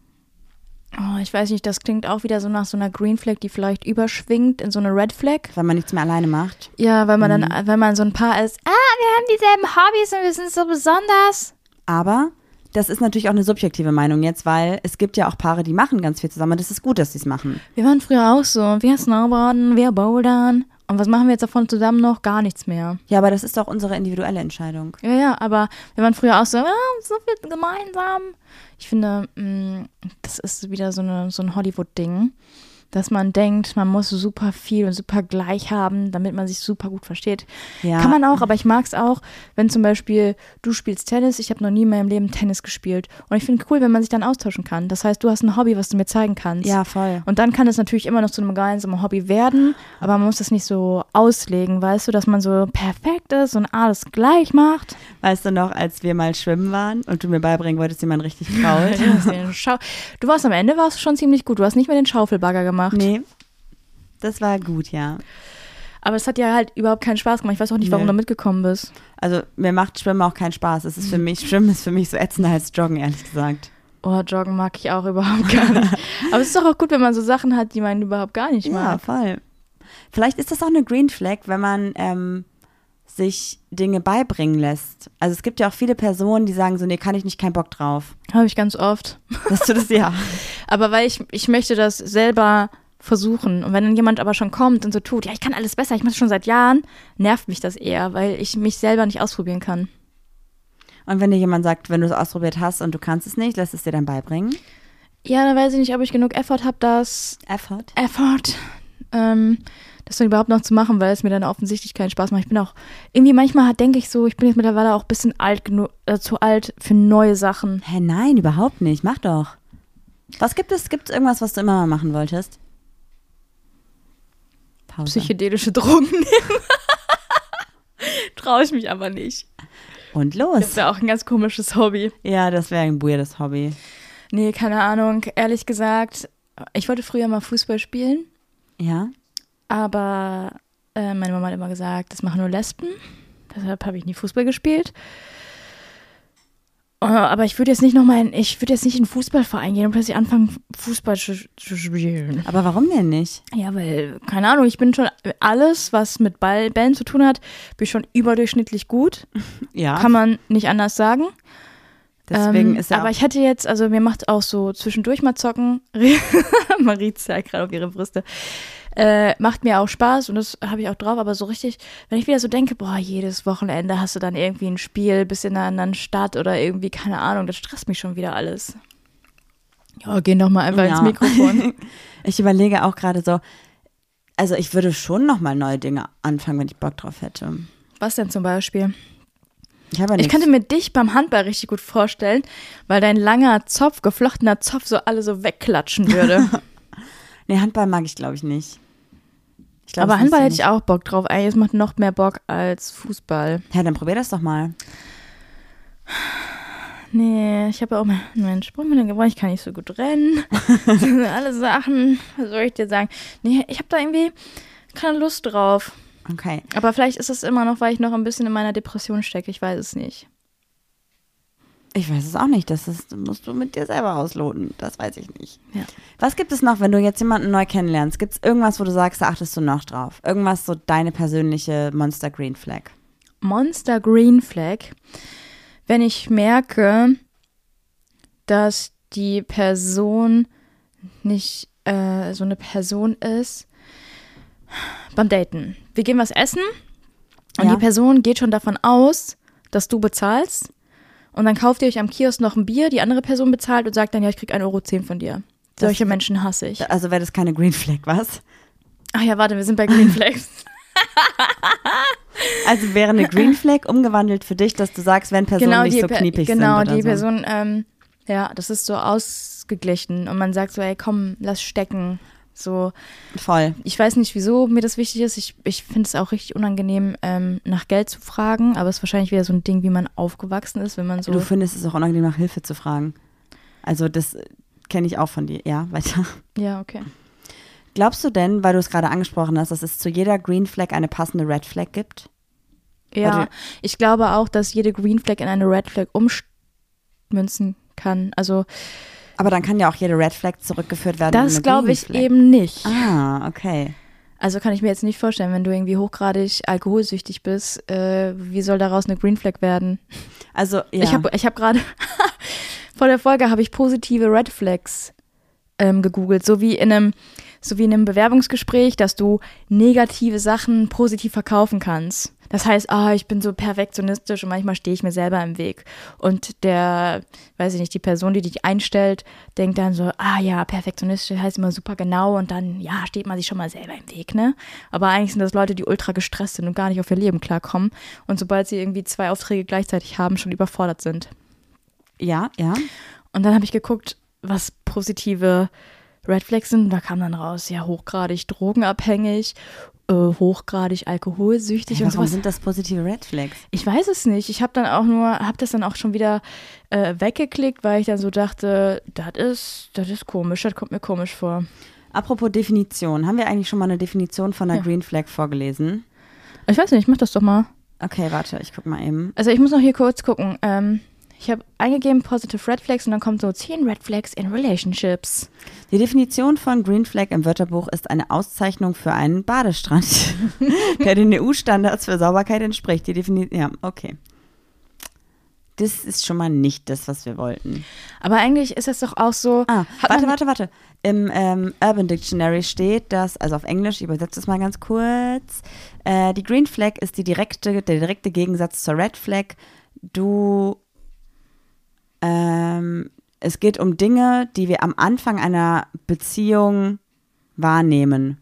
Oh, ich weiß nicht, das klingt auch wieder so nach so einer Green Flag, die vielleicht überschwingt in so eine Red Flag. Wenn man nichts mehr alleine macht. Ja, weil man Mhm. dann, wenn man so ein Paar ist, ah, wir haben dieselben Hobbys und wir sind so besonders. Aber das ist natürlich auch eine subjektive Meinung jetzt, weil es gibt ja auch Paare, die machen ganz viel zusammen. Das ist gut, dass sie es machen. Wir waren früher auch so. Wir snowboarden, wir bouldern. Und was machen wir jetzt davon zusammen noch? Gar nichts mehr. Ja, aber das ist doch unsere individuelle Entscheidung. Ja, ja, aber wir waren früher auch so, ah, so viel gemeinsam. Ich finde, mh, das ist wieder so, eine, so ein Hollywood-Ding, dass man denkt, man muss super viel und super gleich haben, damit man sich super gut versteht. Ja. Kann man auch, aber ich mag es auch, wenn zum Beispiel du spielst Tennis, ich habe noch nie in meinem Leben Tennis gespielt. Und ich finde cool, wenn man sich dann austauschen kann. Das heißt, du hast ein Hobby, was du mir zeigen kannst. Ja, voll. Und dann kann es natürlich immer noch zu einem gemeinsamen Hobby werden, aber man muss das nicht so auslegen, weißt du, dass man so perfekt ist und alles gleich macht. Weißt du noch, als wir mal schwimmen waren und du mir beibringen wolltest, wie man richtig krault? Schau- Du warst am Ende warst du schon ziemlich gut. Du hast nicht mehr den Schaufelbagger gemacht. Nee, das war gut, ja. Aber es hat ja halt überhaupt keinen Spaß gemacht. Ich weiß auch nicht, warum Nö. du mitgekommen bist. Also mir macht Schwimmen auch keinen Spaß. Es ist für mich, Schwimmen ist für mich so ätzender als Joggen, ehrlich gesagt. Oh, Joggen mag ich auch überhaupt gar nicht. Aber es ist doch auch gut, wenn man so Sachen hat, die man überhaupt gar nicht Ja, mag. voll. Vielleicht ist das auch eine Green Flag, wenn man ähm, sich Dinge beibringen lässt. Also es gibt ja auch viele Personen, die sagen so, nee, kann ich nicht, kein Bock drauf. Habe ich ganz oft. Dass du das ja. Aber weil ich, ich möchte das selber versuchen. Und wenn dann jemand aber schon kommt und so tut, ja, ich kann alles besser, ich mache es schon seit Jahren, nervt mich das eher, weil ich mich selber nicht ausprobieren kann. Und wenn dir jemand sagt, wenn du es ausprobiert hast und du kannst es nicht, lässt es dir dann beibringen? Ja, dann weiß ich nicht, ob ich genug Effort habe, das Effort? Effort, ähm, das dann überhaupt noch zu machen, weil es mir dann offensichtlich keinen Spaß macht. Ich bin auch, irgendwie manchmal denke ich so, ich bin jetzt mittlerweile auch ein bisschen alt genug, äh, zu alt für neue Sachen. Hä, nein, überhaupt nicht. Mach doch. Was gibt es? Gibt es irgendwas, was du immer mal machen wolltest? Pause. Psychedelische Drogen nehmen. Traue ich mich aber nicht. Und los. Das wäre auch ein ganz komisches Hobby. Ja, das wäre ein weirdes Hobby. Nee, keine Ahnung. Ehrlich gesagt, ich wollte früher mal Fußball spielen. Ja. Aber äh, meine Mama hat immer gesagt, das machen nur Lesben. Deshalb habe ich nie Fußball gespielt. Uh, aber ich würde jetzt nicht nochmal in, ich würde jetzt nicht in einen Fußballverein gehen und plötzlich anfangen, Fußball zu, zu spielen. Aber warum denn nicht? Ja, weil, keine Ahnung, ich bin schon alles, was mit Ball, Bällen zu tun hat, bin ich schon überdurchschnittlich gut. Ja. Kann man nicht anders sagen. Deswegen ähm, ist er aber auch ich hatte jetzt, also mir macht auch so zwischendurch mal zocken, Marie zeigt gerade auf ihre Brüste, äh, macht mir auch Spaß und das habe ich auch drauf, aber so richtig, wenn ich wieder so denke, boah, jedes Wochenende hast du dann irgendwie ein Spiel, bist in einer anderen Stadt oder irgendwie, keine Ahnung, das stresst mich schon wieder alles. Ja, geh doch mal einfach Ja. ins Mikrofon. Ich überlege auch gerade so, also ich würde schon nochmal neue Dinge anfangen, wenn ich Bock drauf hätte. Was denn zum Beispiel? Ich habe ja Ich nichts. könnte mir dich beim Handball richtig gut vorstellen, weil dein langer Zopf, geflochtener Zopf so alle so wegklatschen würde. Nee, Handball mag ich, glaube ich, nicht. Ich glaub, Aber das Handball hätte ist ich auch Bock drauf. Eigentlich, es macht noch mehr Bock als Fußball. nicht. Ja, dann probier das doch mal. Nee, ich habe auch mal einen Sprung mit dem Gebäude, ich kann nicht so gut rennen. Das sind alle Sachen, was soll ich dir sagen? Nee, ich habe da irgendwie keine Lust drauf. Okay. Aber vielleicht ist es immer noch, weil ich noch ein bisschen in meiner Depression stecke. Ich weiß es nicht. Ich weiß es auch nicht. Das ist, musst du mit dir selber ausloten. Das weiß ich nicht. Ja. Was gibt es noch, wenn du jetzt jemanden neu kennenlernst? Gibt es irgendwas, wo du sagst, da achtest du noch drauf? Irgendwas, so deine persönliche Monster Green Flag? Monster Green Flag. Wenn ich merke, dass die Person nicht äh, so eine Person ist, beim Daten. Wir gehen was essen und Ja. die Person geht schon davon aus, dass du bezahlst und dann kauft ihr euch am Kiosk noch ein Bier, die andere Person bezahlt und sagt dann, ja, ich krieg ein Euro zehn von dir. Das- Solche Menschen hasse ich. Also wäre das keine Green Flag, was? Ach ja, warte, wir sind bei Green Flags. Also wäre eine Green Flag umgewandelt für dich, dass du sagst, wenn Personen nicht so Per- kniepig genau, sind oder die so. Person, ähm, ja, das ist so ausgeglichen und man sagt so, ey, komm, lass stecken. So, Voll. ich weiß nicht, wieso mir das wichtig ist. Ich, ich finde es auch richtig unangenehm, ähm, nach Geld zu fragen, aber es ist wahrscheinlich wieder so ein Ding, wie man aufgewachsen ist, wenn man so. Du findest es auch unangenehm, nach Hilfe zu fragen. Also das kenne ich auch von dir. Ja, weiter. Ja, okay. Glaubst du denn, weil du es gerade angesprochen hast, dass es zu jeder Green Flag eine passende Red Flag gibt? Ja, Weil ich glaube auch, dass jede Green Flag in eine Red Flag ummünzen kann. Also Aber dann kann ja auch jede Red Flag zurückgeführt werden. in das eine glaube Green ich Flag. eben nicht. Ah, okay. Also kann ich mir jetzt nicht vorstellen, wenn du irgendwie hochgradig alkoholsüchtig bist, äh, wie soll daraus eine Green Flag werden? Also, ja. Ich habe ich hab gerade, vor der Folge habe ich positive Red Flags ähm, gegoogelt, so wie in einem, so wie in einem Bewerbungsgespräch, dass du negative Sachen positiv verkaufen kannst. Das heißt, ah, ich bin so perfektionistisch und manchmal stehe ich mir selber im Weg. Und der, weiß ich nicht, die Person, die dich einstellt, denkt dann so, ah ja, perfektionistisch heißt immer super genau und dann, ja, steht man sich schon mal selber im Weg, ne? Aber eigentlich sind das Leute, die ultra gestresst sind und gar nicht auf ihr Leben klarkommen und sobald sie irgendwie zwei Aufträge gleichzeitig haben, schon überfordert sind. Ja, ja. Und dann habe ich geguckt, was positive Red Flags sind. Da kam dann raus, ja, hochgradig drogenabhängig, äh, hochgradig alkoholsüchtig Hey, und warum sowas. sind das positive Red Flags? Ich weiß es nicht. Ich habe dann auch nur, habe das dann auch schon wieder äh, weggeklickt, weil ich dann so dachte, das ist, das ist komisch, das kommt mir komisch vor. Apropos Definition. Haben wir eigentlich schon mal eine Definition von einer Ja. Green Flag vorgelesen? Ich weiß nicht, ich mach das doch mal. Okay, warte, ich guck mal eben. Also ich muss noch hier kurz gucken. Ähm, Ich habe eingegeben Positive Red Flags und dann kommt so zehn Red Flags in Relationships. Die Definition von Green Flag im Wörterbuch ist eine Auszeichnung für einen Badestrand, der den E U-Standards für Sauberkeit entspricht. Die Definition, ja, okay. Das ist schon mal nicht das, was wir wollten. Aber eigentlich ist es doch auch so. Ah, warte, warte, warte. Im ähm, Urban Dictionary steht das, also auf Englisch, ich übersetze das mal ganz kurz. Äh, die Green Flag ist die direkte, der direkte Gegensatz zur Red Flag. Du, ähm, es geht um Dinge, die wir am Anfang einer Beziehung wahrnehmen.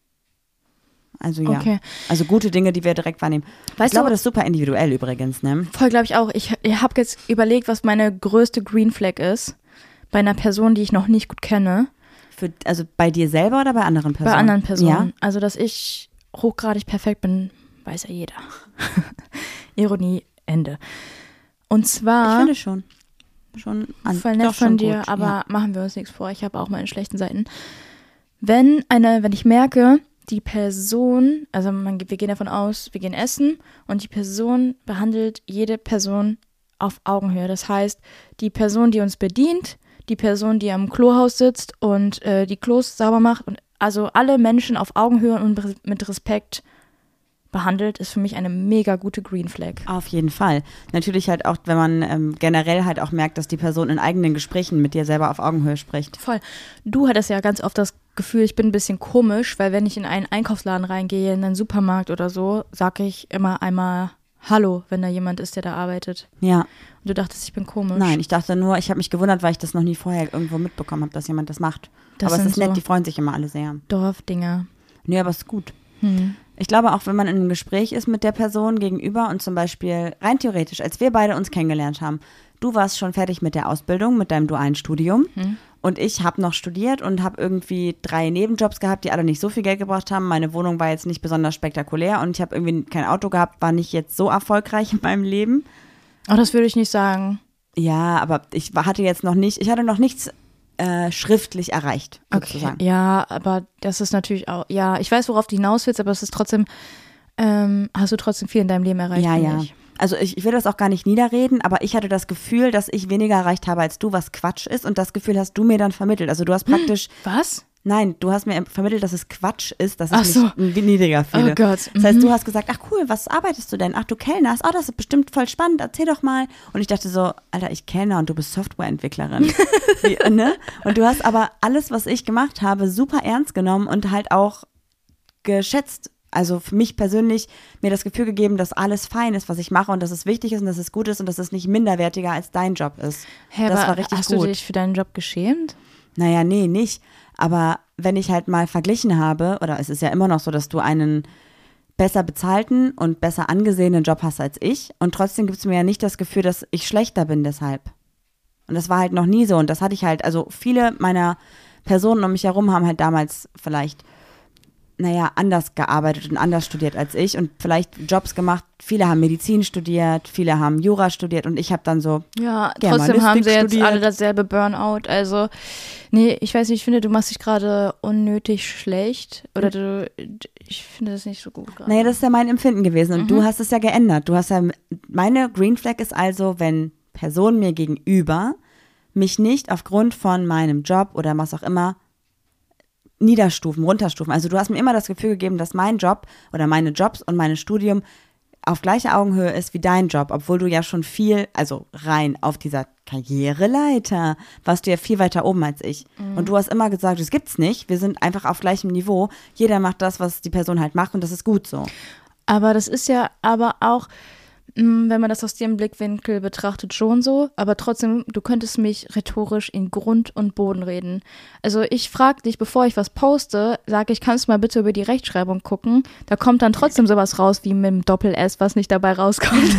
Also ja, Okay. also gute Dinge, die wir direkt wahrnehmen. Weißt ich glaube, du- das ist super individuell übrigens, ne? Voll, glaube ich auch. Ich, ich habe jetzt überlegt, was meine größte Green Flag ist. Bei einer Person, die ich noch nicht gut kenne. Für, also bei dir selber oder bei anderen Personen? Bei anderen Personen. Ja? Also, dass ich hochgradig perfekt bin, weiß ja jeder. Ironie, Ende. Und Ich zwar, finde schon. Schon an, voll nett doch schon von dir, gut, aber ja. machen wir uns nichts vor. Ich habe auch meine schlechten Seiten. Wenn eine, wenn ich merke, die Person, also man, wir gehen davon aus, wir gehen essen und die Person behandelt jede Person auf Augenhöhe. Das heißt, die Person, die uns bedient, die Person, die am Klohaus sitzt und äh, die Klos sauber macht und also alle Menschen auf Augenhöhe und mit Respekt behandelt, ist für mich eine mega gute Green Flag. Auf jeden Fall. Natürlich halt auch, wenn man ähm, generell halt auch merkt, dass die Person in eigenen Gesprächen mit dir selber auf Augenhöhe spricht. Voll. Du hattest ja ganz oft das Gefühl, ich bin ein bisschen komisch, weil wenn ich in einen Einkaufsladen reingehe, in einen Supermarkt oder so, sage ich immer einmal Hallo, wenn da jemand ist, der da arbeitet. Ja. Und du dachtest, ich bin komisch. Nein, ich dachte nur, ich habe mich gewundert, weil ich das noch nie vorher irgendwo mitbekommen habe, dass jemand das macht. Das aber es sind ist nett, so die freuen sich immer alle sehr. Dorfdinger. Nee, aber es ist gut. Hm. Ich glaube auch, wenn man in einem Gespräch ist mit der Person gegenüber und zum Beispiel rein theoretisch, als wir beide uns kennengelernt haben, du warst schon fertig mit der Ausbildung, mit deinem dualen Studium Hm. und ich habe noch studiert und habe irgendwie drei Nebenjobs gehabt, die alle nicht so viel Geld gebracht haben. Meine Wohnung war jetzt nicht besonders spektakulär und ich habe irgendwie kein Auto gehabt, war nicht jetzt so erfolgreich in meinem Leben. Oh, das würde ich nicht sagen. Ja, aber ich war- hatte jetzt noch nicht, ich hatte noch nichts äh, schriftlich erreicht, Okay, sozusagen. ja, aber das ist natürlich auch, ja, ich weiß, worauf du hinaus willst, aber es ist trotzdem, ähm, hast du trotzdem viel in deinem Leben erreicht, Ja, finde ja. ich. Also ich, ich will das auch gar nicht niederreden, aber ich hatte das Gefühl, dass ich weniger erreicht habe als du, was Quatsch ist. Und das Gefühl hast du mir dann vermittelt. Also du hast praktisch, Was? nein, du hast mir vermittelt, dass es Quatsch ist, dass Ach ich so. mich n- niedriger fühle. Oh Gott. Das heißt, Mhm. du hast gesagt, ach cool, was arbeitest du denn? Ach, du kellnerst. Oh, das ist bestimmt voll spannend, erzähl doch mal. Und ich dachte so, Alter, ich kellner und du bist Softwareentwicklerin. Wie, ne? Und du hast aber alles, was ich gemacht habe, super ernst genommen und halt auch geschätzt. Also für mich persönlich mir das Gefühl gegeben, dass alles fein ist, was ich mache und dass es wichtig ist und dass es gut ist und dass es nicht minderwertiger als dein Job ist. Hä, das aber war richtig hast gut. du dich für deinen Job geschämt? Naja, nee, nicht. Aber wenn ich halt mal verglichen habe, oder es ist ja immer noch so, dass du einen besser bezahlten und besser angesehenen Job hast als ich und trotzdem gibt es mir ja nicht das Gefühl, dass ich schlechter bin deshalb. Und das war halt noch nie so und das hatte ich halt, also viele meiner Personen um mich herum haben halt damals vielleicht, naja, anders gearbeitet und anders studiert als ich und vielleicht Jobs gemacht. Viele haben Medizin studiert, viele haben Jura studiert und ich habe dann so, Ja, Germanistik trotzdem haben sie jetzt studiert. alle dasselbe Burnout. Also, nee, ich weiß nicht, ich finde, du machst dich gerade unnötig schlecht. Oder du, ich finde das nicht so gut gerade. naja, das ist ja mein Empfinden gewesen und Mhm. du hast es ja geändert. Du hast ja, meine Green Flag ist also, wenn Personen mir gegenüber mich nicht aufgrund von meinem Job oder was auch immer niederstufen, runterstufen. Also du hast mir immer das Gefühl gegeben, dass mein Job oder meine Jobs und mein Studium auf gleicher Augenhöhe ist wie dein Job, obwohl du ja schon viel, also rein auf dieser Karriereleiter, warst du ja viel weiter oben als ich. Mhm. Und du hast immer gesagt, das gibt's nicht, wir sind einfach auf gleichem Niveau, jeder macht das, was die Person halt macht und das ist gut so. Aber das ist ja aber auch, mh, wenn man das aus dem Blickwinkel betrachtet, schon so. Aber trotzdem, du könntest mich rhetorisch in Grund und Boden reden. Also ich frage dich, bevor ich was poste, sage ich, kannst du mal bitte über die Rechtschreibung gucken? Da kommt dann trotzdem sowas raus wie mit dem Doppel-S, was nicht dabei rauskommt.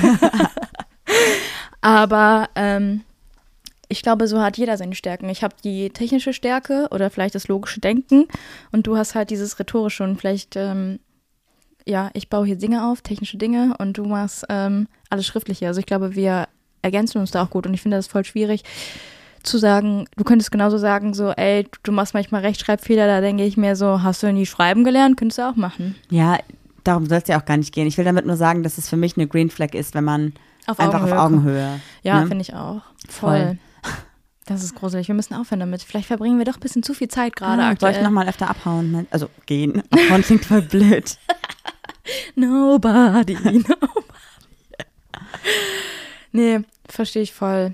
Aber ähm, ich glaube, so hat jeder seine Stärken. Ich habe die technische Stärke oder vielleicht das logische Denken und du hast halt dieses rhetorische und vielleicht, ähm, ja, ich baue hier Dinge auf, technische Dinge und du machst ähm, alles Schriftliche. Also ich glaube, wir ergänzen uns da auch gut und ich finde das voll schwierig zu sagen, du könntest genauso sagen, so, ey, du machst manchmal Rechtschreibfehler, da denke ich mir so, hast du nie schreiben gelernt? Könntest du auch machen. Ja, darum soll es ja auch gar nicht gehen. Ich will damit nur sagen, dass es für mich eine Green Flag ist, wenn man Auf einfach Augenhöhe. auf Augenhöhe. Ja, ne? finde ich auch. Voll. Das ist gruselig. Wir müssen aufhören damit. Vielleicht verbringen wir doch ein bisschen zu viel Zeit gerade ah, aktuell. Soll ich nochmal öfter abhauen? Ne? Also gehen. Abhauen klingt voll blöd. Nobody, nobody. Nee, verstehe ich voll.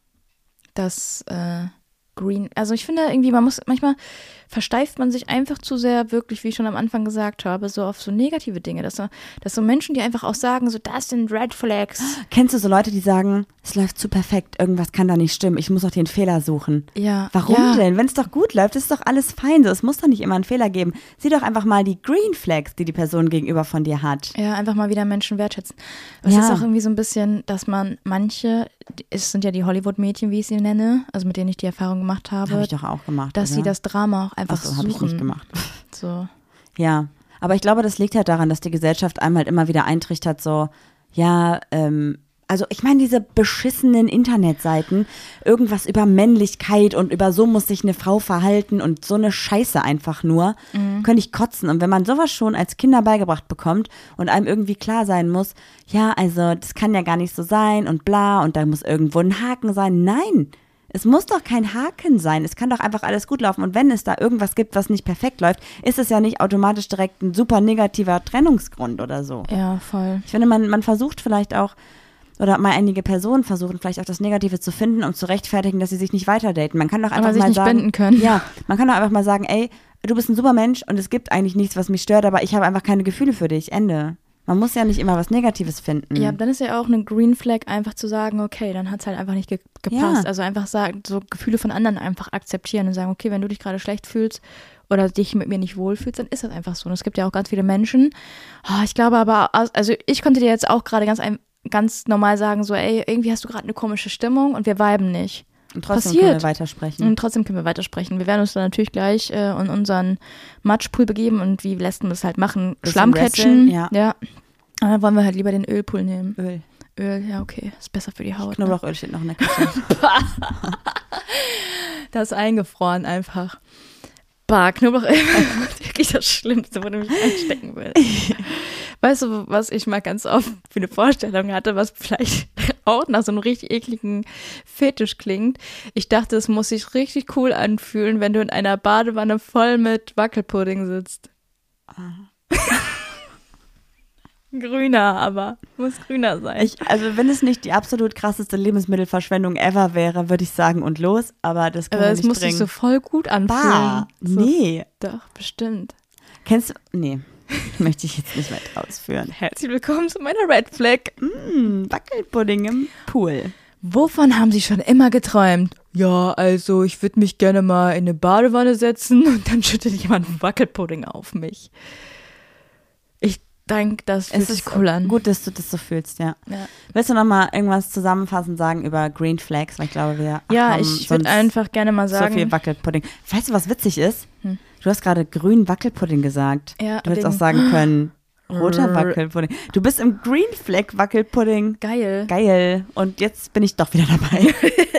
Das äh, Green, also ich finde irgendwie, man muss, manchmal versteift man sich einfach zu sehr, wirklich, wie ich schon am Anfang gesagt habe, so auf so negative Dinge. Dass so, dass so Menschen, die einfach auch sagen, so das sind Red Flags. Kennst du so Leute, die sagen, es läuft zu perfekt, irgendwas kann da nicht stimmen, ich muss doch den Fehler suchen. Ja. Warum ja. denn? Wenn es doch gut läuft, ist doch alles fein so. Es muss doch nicht immer einen Fehler geben. Sieh doch einfach mal die Green Flags, die die Person gegenüber von dir hat. Ja, einfach mal wieder Menschen wertschätzen. Es Ja. ist auch irgendwie so ein bisschen, dass man manche, es sind ja die Hollywood-Mädchen, wie ich sie nenne, also mit denen ich die Erfahrung gemacht habe, Habe ich doch auch gemacht. dass oder? sie das Drama auch einfach Ach so, suchen. habe ich nicht gemacht. So. Ja, aber ich glaube, das liegt halt daran, dass die Gesellschaft einem halt immer wieder eintrichtert, so, ja, ähm, also ich meine, diese beschissenen Internetseiten, irgendwas über Männlichkeit und über so muss sich eine Frau verhalten und so eine Scheiße einfach nur, Mhm. könnte ich kotzen. Und wenn man sowas schon als Kinder beigebracht bekommt und einem irgendwie klar sein muss, ja, also das kann ja gar nicht so sein und bla und da muss irgendwo ein Haken sein. Nein, es muss doch kein Haken sein. Es kann doch einfach alles gut laufen. Und wenn es da irgendwas gibt, was nicht perfekt läuft, ist es ja nicht automatisch direkt ein super negativer Trennungsgrund oder so. Ja, voll. Ich finde, man, man versucht vielleicht auch, oder mal einige Personen versuchen vielleicht auch das Negative zu finden, um zu rechtfertigen, dass sie sich nicht weiter daten. Man kann doch einfach Aber sich mal nicht sagen, binden können. Ja, man kann doch einfach mal sagen, ey, du bist ein super Mensch und es gibt eigentlich nichts, was mich stört, aber ich habe einfach keine Gefühle für dich. Ende. Man muss ja nicht immer was Negatives finden. Ja, dann ist ja auch eine Green Flag, einfach zu sagen, okay, dann hat es halt einfach nicht ge gepasst. Ja. Also einfach sagen, so Gefühle von anderen einfach akzeptieren und sagen, okay, wenn du dich gerade schlecht fühlst oder dich mit mir nicht wohlfühlst, dann ist das einfach so. Und es gibt ja auch ganz viele Menschen. Oh, ich glaube aber, also ich konnte dir jetzt auch gerade ganz, ein- ganz normal sagen, so, ey, irgendwie hast du gerade eine komische Stimmung und wir viben nicht. Und trotzdem passiert. können wir weitersprechen. Und trotzdem können wir weitersprechen. Wir werden uns dann natürlich gleich äh, in unseren Matschpool begeben und wie Lesben das halt machen, Bisschen Schlamm catchen. wresteln, ja. ja. Aber dann wollen wir halt lieber den Ölpool nehmen. Öl. Öl, ja, okay. Ist besser für die Haut. Ne? Knoblauchöl steht noch in der Küche. Das ist eingefroren einfach. Bah, Knoblauchöl ist wirklich das Schlimmste, wo du mich einstecken willst. Weißt du, was ich mal ganz oft für eine Vorstellung hatte, was vielleicht auch nach so einem richtig ekligen Fetisch klingt? Ich dachte, es muss sich richtig cool anfühlen, wenn du in einer Badewanne voll mit Wackelpudding sitzt. Grüner, aber muss grüner sein. Ich, also wenn es nicht die absolut krasseste Lebensmittelverschwendung ever wäre, würde ich sagen und los, aber das können aber wir es nicht muss bringen. sich so voll gut anfühlen. Bah, So, nee. Doch, bestimmt. Kennst du, nee, möchte ich jetzt nicht weiter ausführen. Herzlich willkommen zu meiner Red Flag. Mm, Wackelpudding im Pool. Wovon haben Sie schon immer geträumt? Ja, also ich würde mich gerne mal in eine Badewanne setzen und dann schüttet jemand Wackelpudding auf mich. Ich denke, das fühlt Es sich ist cool an. gut, dass du das so fühlst, ja. Ja, Willst du noch mal irgendwas zusammenfassend sagen über Green Flags? Weil ich glaube, wir ja haben ich würde sonst einfach gerne mal so sagen. viel Wackelpudding. Weißt du, was witzig ist? Hm. Du hast gerade grün Wackelpudding gesagt. Ja, Du hättest auch wegen- sagen können, roter Wackelpudding. Du bist im Green Flag Wackelpudding. Geil. Geil. Und jetzt bin ich doch wieder dabei.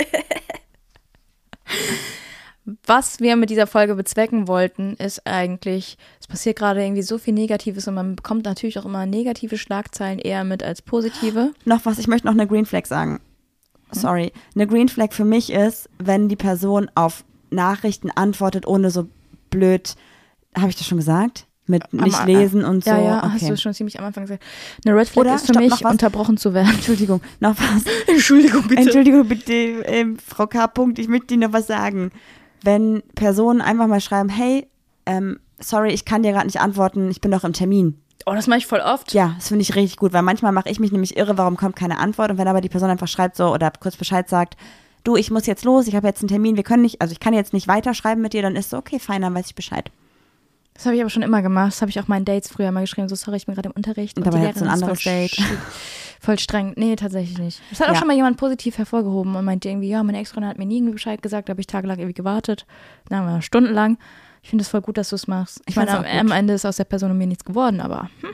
Was wir mit dieser Folge bezwecken wollten, ist eigentlich, es passiert gerade irgendwie so viel Negatives und man bekommt natürlich auch immer negative Schlagzeilen eher mit als positive. Noch was, ich möchte noch eine Green Flag sagen. Sorry. Eine Green Flag für mich ist, wenn die Person auf Nachrichten antwortet, ohne so blöd, habe ich das schon gesagt? Mit nicht Am- lesen und so. Ja, ja, okay. hast du schon ziemlich am Anfang gesagt. Eine Red Flag Oder, ist für stopp, noch mich, was? unterbrochen zu werden. Entschuldigung, noch was. Entschuldigung, Entschuldigung bitte, ähm, Frau K. Punkt, ich möchte Ihnen noch was sagen. Wenn Personen einfach mal schreiben, hey, ähm, sorry, ich kann dir gerade nicht antworten, ich bin doch im Termin. Oh, das mache ich voll oft. Ja, das finde ich richtig gut, weil manchmal mache ich mich nämlich irre, warum kommt keine Antwort und wenn aber die Person einfach schreibt so oder kurz Bescheid sagt, du, ich muss jetzt los, ich habe jetzt einen Termin, wir können nicht, also ich kann jetzt nicht weiterschreiben mit dir, dann ist so, okay, fein, dann weiß ich Bescheid. Das habe ich aber schon immer gemacht. Das habe ich auch meinen Dates früher mal geschrieben. So, sorry, ich bin gerade im Unterricht. Und dabei die hattest du ein Lehrerin anderes ist voll, Date. sch- voll streng. Nee, tatsächlich nicht. Das hat auch Ja. schon mal jemand positiv hervorgehoben und meinte irgendwie, ja, meine Ex-Freundin hat mir nie irgendwie Bescheid gesagt, da habe ich tagelang irgendwie gewartet. Dann haben wir stundenlang. Ich finde es voll gut, dass du es machst. Ich, Ich meine, find's am, auch gut. am Ende ist aus der Person und mir nichts geworden, aber hm.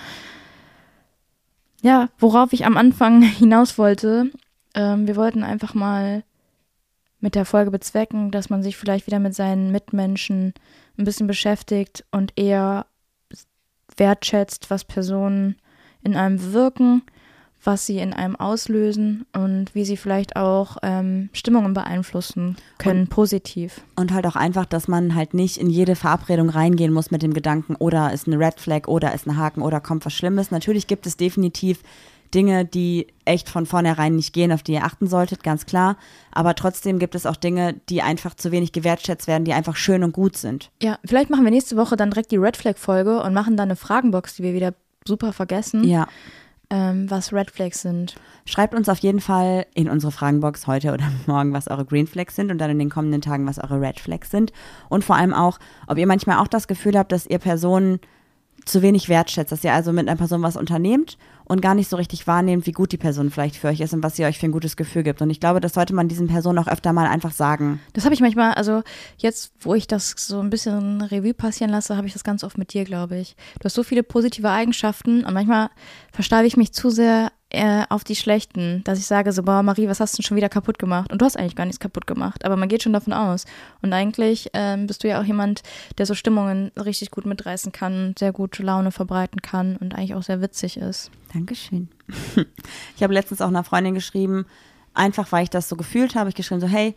Ja, worauf ich am Anfang hinaus wollte, ähm, wir wollten einfach mal mit der Folge bezwecken, dass man sich vielleicht wieder mit seinen Mitmenschen ein bisschen beschäftigt und eher wertschätzt, was Personen in einem wirken, was sie in einem auslösen und wie sie vielleicht auch ähm, Stimmungen beeinflussen können, und, positiv. Und halt auch einfach, dass man halt nicht in jede Verabredung reingehen muss mit dem Gedanken, oder ist eine Red Flag, oder ist ein Haken, oder kommt was Schlimmes. Natürlich gibt es definitiv Dinge, die echt von vornherein nicht gehen, auf die ihr achten solltet, ganz klar. Aber trotzdem gibt es auch Dinge, die einfach zu wenig gewertschätzt werden, die einfach schön und gut sind. Ja, vielleicht machen wir nächste Woche dann direkt die Red Flag-Folge und machen dann eine Fragenbox, die wir wieder super vergessen. Ja. Ähm, was Red Flags sind. Schreibt uns auf jeden Fall in unsere Fragenbox heute oder morgen, was eure Green Flags sind und dann in den kommenden Tagen, was eure Red Flags sind. Und vor allem auch, ob ihr manchmal auch das Gefühl habt, dass ihr Personen zu wenig wertschätzt, dass ihr also mit einer Person was unternehmt und gar nicht so richtig wahrnehmt, wie gut die Person vielleicht für euch ist und was sie euch für ein gutes Gefühl gibt. Und ich glaube, das sollte man diesen Personen auch öfter mal einfach sagen. Das habe ich manchmal, also jetzt, wo ich das so ein bisschen Revue passieren lasse, habe ich das ganz oft mit dir, glaube ich. Du hast so viele positive Eigenschaften und manchmal versteife ich mich zu sehr äh, auf die schlechten, dass ich sage so, boah, Marie, was hast du denn schon wieder kaputt gemacht? Und du hast eigentlich gar nichts kaputt gemacht, aber man geht schon davon aus. Und eigentlich ähm, bist du ja auch jemand, der so Stimmungen richtig gut mitreißen kann, sehr gute Laune verbreiten kann und eigentlich auch sehr witzig ist. Dankeschön. Ich habe letztens auch einer Freundin geschrieben, einfach weil ich das so gefühlt habe, ich geschrieben so, hey,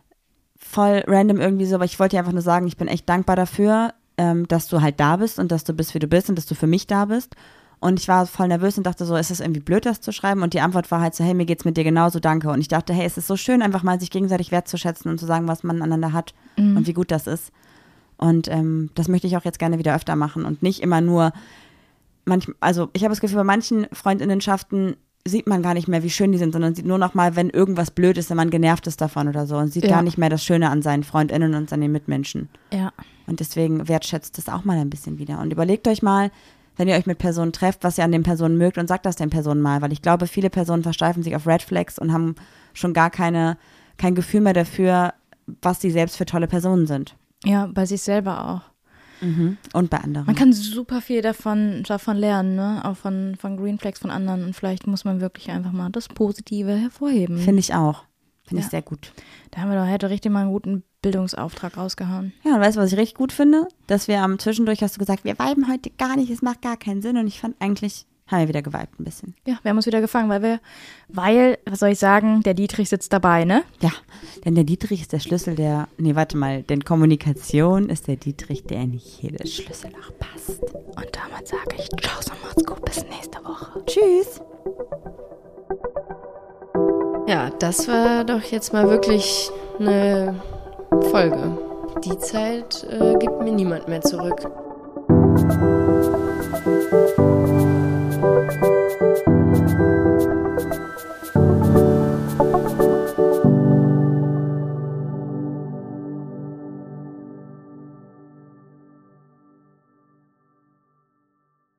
voll random irgendwie so, aber ich wollte dir einfach nur sagen, ich bin echt dankbar dafür, ähm, dass du halt da bist und dass du bist, wie du bist und dass du für mich da bist. Und ich war voll nervös und dachte so, ist es irgendwie blöd, das zu schreiben? Und die Antwort war halt so, hey, mir geht's mit dir genauso, danke. Und ich dachte, hey, es ist so schön, einfach mal sich gegenseitig wertzuschätzen und zu sagen, was man aneinander hat mhm. und wie gut das ist. Und ähm, das möchte ich auch jetzt gerne wieder öfter machen und nicht immer nur, manch, also ich habe das Gefühl, bei manchen Freundinnenschaften sieht man gar nicht mehr, wie schön die sind, sondern sieht nur noch mal, wenn irgendwas blöd ist, wenn man genervt ist davon oder so und sieht ja. gar nicht mehr das Schöne an seinen Freundinnen und an den Mitmenschen. Ja. Und deswegen wertschätzt es auch mal ein bisschen wieder. Und überlegt euch mal, wenn ihr euch mit Personen trefft, was ihr an den Personen mögt und sagt das den Personen mal, weil ich glaube, viele Personen versteifen sich auf Red Flags und haben schon gar keine, kein Gefühl mehr dafür, was sie selbst für tolle Personen sind. Ja, bei sich selber auch. Mhm. Und bei anderen. Man kann super viel davon, davon lernen, ne? Auch von, von Green Flags von anderen und vielleicht muss man wirklich einfach mal das Positive hervorheben. Finde ich auch. Finde ja. ich sehr gut. Da haben wir doch heute richtig mal einen guten Bildungsauftrag rausgehauen. Ja, und weißt du, was ich richtig gut finde? Dass wir am Zwischendurch, hast du gesagt, wir viben heute gar nicht, es macht gar keinen Sinn. Und ich fand eigentlich, haben wir wieder geweibt ein bisschen. Ja, wir haben uns wieder gefangen, weil wir, weil, was soll ich sagen, der Dietrich sitzt dabei, ne? Ja, denn der Dietrich ist der Schlüssel der, nee, warte mal, denn Kommunikation ist der Dietrich, der nicht jedes Schlüsselloch passt. Und damit sage ich, ciao, so macht's gut, bis nächste Woche. Tschüss. Ja, das war doch jetzt mal wirklich eine Folge. Die Zeit äh, gibt mir niemand mehr zurück.